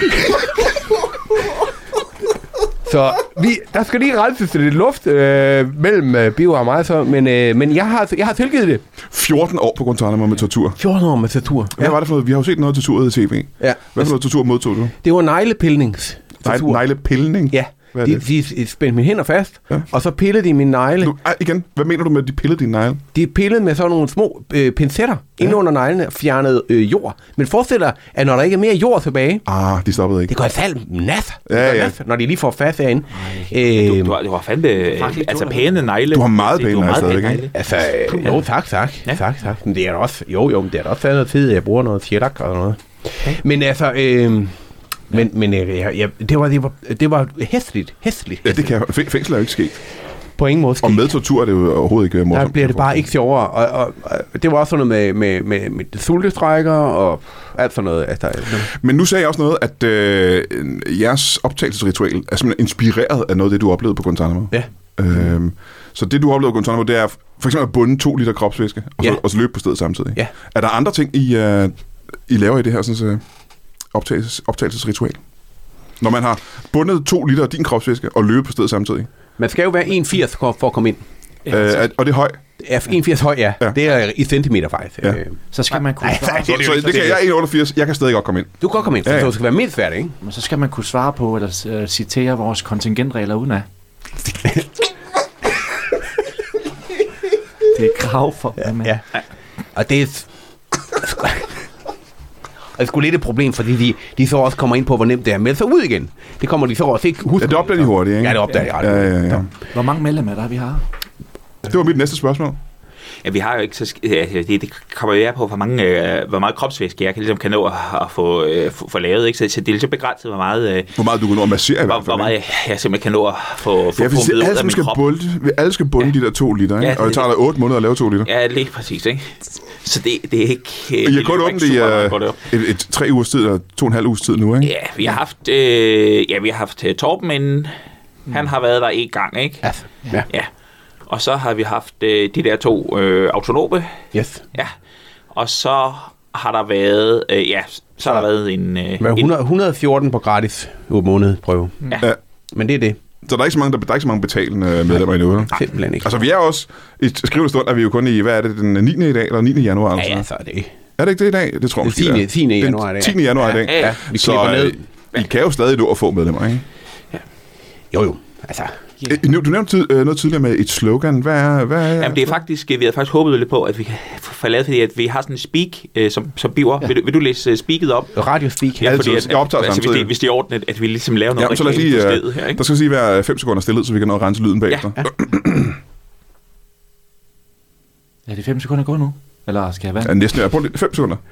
så vi, der skal lige renses til lidt luft øh, mellem øh, Bio og mig, så, men, øh, men jeg, har, jeg har tilgivet det. fjorten år på Guantanamo med tortur. fjorten år med tortur. Hvad var det for noget? Vi har jo set noget tortur i tv. Ja. Hvad for noget tortur modtog du? Det var neglepilnings. Nej, neglepilning? Ja. Hvad er De, det? de spændte mine hænder fast, Ja. ja. og så pillede de mine negle. Du, ej, igen, hvad mener du med, at de pillede dine negle? De pillede med sådan nogle små øh, pincetter ja. ind under neglene og fjernede øh, jord. Men forestil dig, at når der ikke er mere jord tilbage, Ah, de stoppede ikke. det går i fald nat, Ja, ja. når de lige får fast herinde. Du, Øh, du, har, du har fandme altså pæne negle. Du har meget Du pæne har negle meget stadigvæk, pæne ikke? Altså, øh, jo, tak, tak. Ja. Ja. Tak, tak. Men det er da også, jo, jo, men det er da også taget noget tid, at jeg bruger noget shellac og noget. Okay. Men altså, øh, men, men øh, jeg, jeg, det, var, det, var, det var hæsligt, hæsligt. Ja, det kan Fæ- Fængsel er jo ikke sket. På ingen måde Og sket. med tortur er det jo overhovedet ikke morsomt. Der bliver det bare ikke sjovere. Og, og, og det var også sådan noget med, med, med, med sultestrækker og alt sådan noget. Altså, Men nu sagde jeg også noget, at øh, jeres optagelsesritual er simpelthen inspireret af noget af det, du oplevede på Guantanamo. ja. Øhm, så det, du oplevede på Guantanamo, det er for eksempel at bunde to liter kropsvæske, og så, Ja. og så løbe på stedet samtidig. Ja. Er der andre ting, I, uh, I laver i det her sådan, uh, optagelses, optagelsesritual? Når man har bundet to liter af din kropsvæske og løbet på stedet samtidig. Man skal jo være en komma firs for for at komme ind. Ja, øh, er, og det er højt. Ja, en komma firs høj, ja. Ja. ja. Det er i centimeter faktisk. Ja. Øh, Så skal man kunne Nej, svare, nej, Så, det er så jo det kan det. jeg en komma otteogfirs, jeg kan stadig godt komme ind. Du kan godt komme ind, Ja, så ja. du skal være mindst færdig, ikke? men så skal man kunne svare på, eller uh, citere vores kontingentregler uden af. Det er krav for, ja, Ja. Og det er... Og det er sgu lidt et problem, fordi de, de så også kommer ind på, hvor nemt det er at melde sig ud igen. Det kommer de så også ikke huske. Ja, det opdager de hurtigt, ikke? Ja, det opdager de ret. Ja, ja, ja. Hvor mange medlemmer der vi har? Det var mit næste spørgsmål. Ja, vi har jo ikke så... sk- Ja, det, det kommer jo af på, hvor, mange, øh, hvor meget kropsvæske jeg kan, ligesom, kan nå at, at få, øh, få, få lavet. Ikke? Så, så det er ligesom begrænset, hvor meget, øh, Hvor meget du kan nå at massere i hvor, hvert hvor fald. meget jeg, jeg simpelthen kan nå at få, få Ja, hvis pumpet ud alle af min skal krop. bunde, vi alle skal bunde Ja. de der to liter, ikke? Ja, Og det det- tager dig otte måneder at lave to liter. Ja, lige præcis, ikke? Så det, det er ikke... øh, I det har kun løber åbent ikke i super meget uh, godt op. et, et tre ugers tid, eller to og en halv uges tid nu, ikke? Ja, vi har haft, øh, ja, vi har haft uh, Torben inden. Han har været der en gang, ikke? Altså, ja. Ja. Og så har vi haft øh, de der to øh, autonome. Yes. Ja. og så har der været, øh, ja, så har der været en... Øh, Hvad, hundrede, et hundrede og fjorten på gratis måned prøve. Ja. Ja. Men det er det. Så der er ikke så mange, der, der er ikke så mange betalende medlemmer endnu, eller? Simpelthen ikke. Altså, vi er også... I skrivende stund er vi jo kun i, hvad er det, den niende i dag, eller niende januar? Ja, Altså. ja, så er det. Er det ikke det i dag? Det tror jeg måske, tiende det er. tiende januar i dag. Den tiende januar i dag. Ja, Ja, vi Så klipper ned. øh, I kan jo stadig nå at få medlemmer, ikke? Jo, jo. Altså, Yeah. Du nævnte tid, noget tidligere med et slogan. Hvad er... Hvad er Jamen, det er faktisk, vi havde faktisk håbet lidt på, at vi kan få lavet, fordi at vi har sådan en speak, øh, som, som biver. Ja. Vil, du, vil du læse uh, speaket op? Radio Speak. Ja, fordi at, jeg optager altså, hvis, samtidig. det, hvis det er ordentligt, at vi ligesom laver noget Ja, så lad os rigtig lige, på øh, stedet her, ikke? der skal sige være fem sekunder stillhed, så vi kan nå at rense lyden bagefter. Ja. Er det fem sekunder gå nu? Eller skal jeg vand? Ja, næsten. Jeg prøver lige. fem sekunder.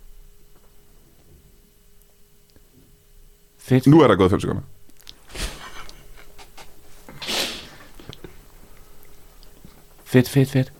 Fedt. Nu er der gået fem sekunder. Fedt, fedt, fedt.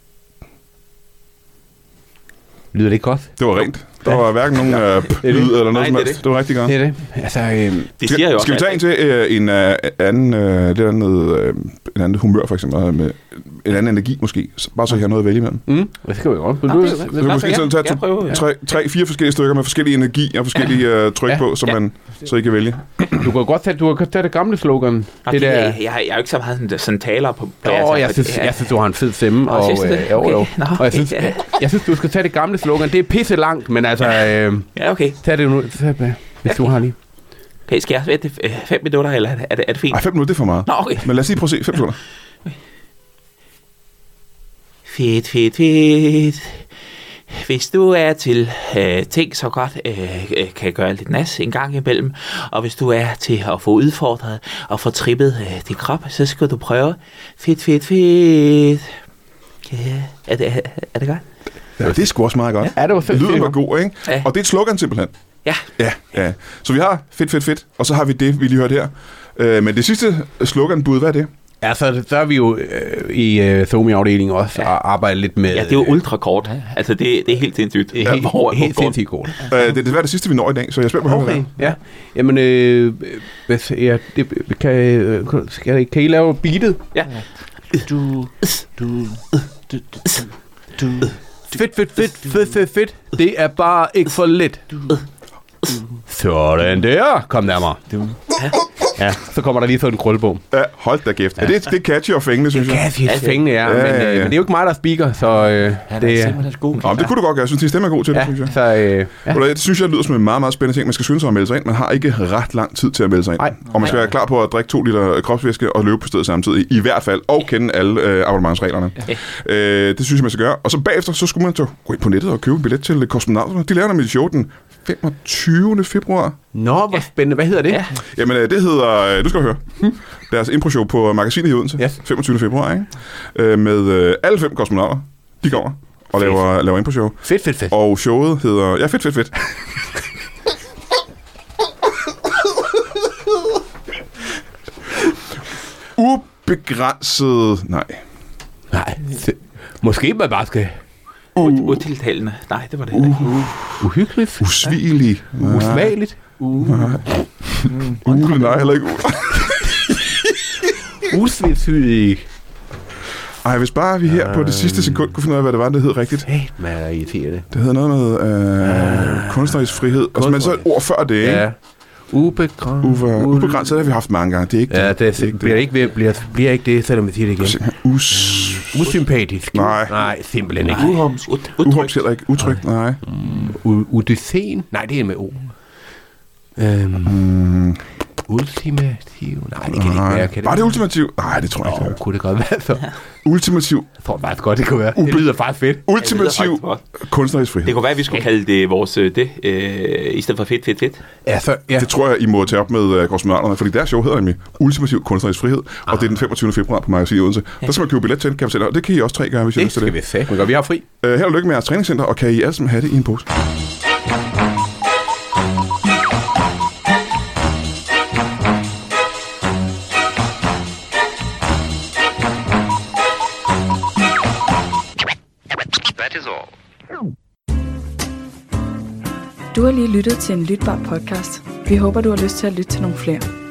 Lyder det ikke godt? Det var rent. Der var hverken nogen øh, lyd eller noget Nej, som det er helst. Det var rigtig godt. Det er det. Altså, øh, Det siger jo Skal, også, skal vi tage en til øh, en øh, anden, øh, lidt andet, øh, en anden humør, for eksempel, øh, med en anden energi måske, så, bare så I har noget at vælge imellem. mm, det skal vi godt. Vil Nå, du, det er Så vi måske sådan tage Ja, prøv, ja. tre, tre, fire forskellige stykker med forskellige energi og forskellige øh, tryk Ja. på, så, man, så I kan vælge. du kan godt tage, du kan tage det gamle slogan. Nå, det det der... jeg, jeg, har- jeg er jo ikke så meget sådan, sådan taler på... på Åh, altså, jeg synes, jeg synes, du har en fed stemme. Nå, Og, synes du det? øh, jo, jo. Okay. Nå, Og jeg synes, okay. jeg, jeg synes, du skal tage det gamle slogan. Det er pisse langt, men altså, øh, Ja, okay. tag det nu, tag det, hvis du har lige. Okay, skal jeg vente øh, fem minutter, eller er det, er det, er det fint? Ej, fem minutter, det er for meget. Nå, okay. Men lad os lige prøve at se. Fem sekunder. Fedt, fedt, fedt. Hvis du er til øh, ting, så godt øh, øh, kan gøre lidt nas en gang imellem, og hvis du er til at få udfordret og få trippet øh, din krop, så skal du prøve. Fedt, fedt, fedt. Ja, er det, er, er det godt? Ja, det er sgu også meget godt. Ja, det var fedt. Lyden var god, ikke? Ja. Og det er et slogan simpelthen. Ja. Ja, ja. Så vi har fedt, fedt, fedt, og så har vi det, vi lige hørte her. Øh, men det sidste sloganbud, hvad er det? Ja, så der er vi jo øh, i øh, Somi-afdelingen også Ja. og arbejder lidt med... Ja, det er jo ultrakort. Altså, det, det er helt sindssygt. øh, helt, Hvor- helt hvor- sindssygt kort. Øh, det er desværre det sidste, vi når i dag, så jeg er spændt på at høre, hvad Okay, det er. ja. Jamen, øh, hvis, ja, det, kan, øh, skal, kan I lave beatet? Ja. Du, du, du, du, du. Fedt, fedt, fedt, fedt, fedt, fedt. Det er bare ikke for lidt. Sådan der. Kom nærmere. Ja, så kommer der lige sådan en krøllebom. Ja, hold da kæft. Ja. Det, det er catchy og fængende, synes jeg. Ja, det er fængende, ja. Ja, Men, ja, ja. øh, men det er jo ikke mig, der er speaker, så øh, Ja, det det er er... simpelthen god. Nå, men det kunne du godt gøre. Jeg synes, din stemme er god til det, Ja, synes jeg. så øh, ja. Ja. Det synes jeg lyder som en meget, meget spændende ting. Man skal skynde sig at melde sig ind. Man har ikke ret lang tid til at melde sig ind. Nej. Og man skal være klar på at drikke to liter kropsvæske og løbe på stedet samtidig. I hvert fald. Og kende alle øh, abonnementsreglerne. Ja. Øh, det synes jeg, man skal gøre. Og så bagefter, så skulle man så gå ind på nettet og købe en billet til Kosmonauterne. De laver nemlig et show den femogtyvende februar. Nå, hvor spændende. Hvad hedder det? Ja. Jamen, øh, det hedder... Øh, du skal høre. Deres impro-show på Magasinet i Odense. Yes. femogtyvende februar, ikke? Øh, med øh, alle fem kosmonauter. De kommer og laver, laver impro-show. Fedt, fedt, fedt. Og showet hedder... Ja, fedt, fedt, fedt. Ubegrænset... Nej. Nej, se- måske man bare skal... U- utiltalende. Nej, det var det heller ikke. Uhyggeligt. Usvigelig. Usmageligt. Uh, nej, heller ikke. Usvigelig. Ej, hvis bare vi her på det sidste sekund kunne finde ud af, hvad det var, det hed rigtigt. Hey, man er irriterende. Det hedder noget med øh, kunstnerisk frihed. Og så, men så et ord før det, ikke? Ja. Ubegrænset. Uber, ubegrænset, det har vi haft mange gange. Det er ikke Ja, det. det, det bliver ikke, ved- bliver, bliver ikke det, selvom vi siger det igen. Us... Usympatisk. Nej. Nej, simpelthen ikke. Uhums. Ut- Uhums Utrygt. heller ikke. Utrygt, nej. U- Udicen? Nej, det er med O. Øhm, Mm, ultimativ? Nej, det kan det ikke være. Kan Bare det ultimativ? Nej, det tror jeg Åh, ikke. oh, kunne det godt være så? Ultimativ, Jeg tror faktisk godt, det kunne være. Det lyder faktisk fedt. ultimativ faktisk kunstnerisk frihed. Det kunne være, at vi skulle kalde det vores øh, det, øh, i stedet for fedt, fedt, fedt. Ja, så, ja. Det tror jeg, I må tage op med uh, kosmonauterne, fordi deres show hedder nemlig Ultimativ kunstnerisk frihed, og det er den femogtyvende februar på Magasinet i Odense. Der skal man købe billet til, kan jeg fortælle. Og det kan I også tre gøre, hvis I har Det lyst til skal det. vi sige. Men godt, vi har fri. Uh, held og lykke med jeres træningscenter, og kan I alle sammen have det i en pose. Du har lige lyttet til en lytbar podcast. Vi håber, du har lyst til at lytte til nogle flere.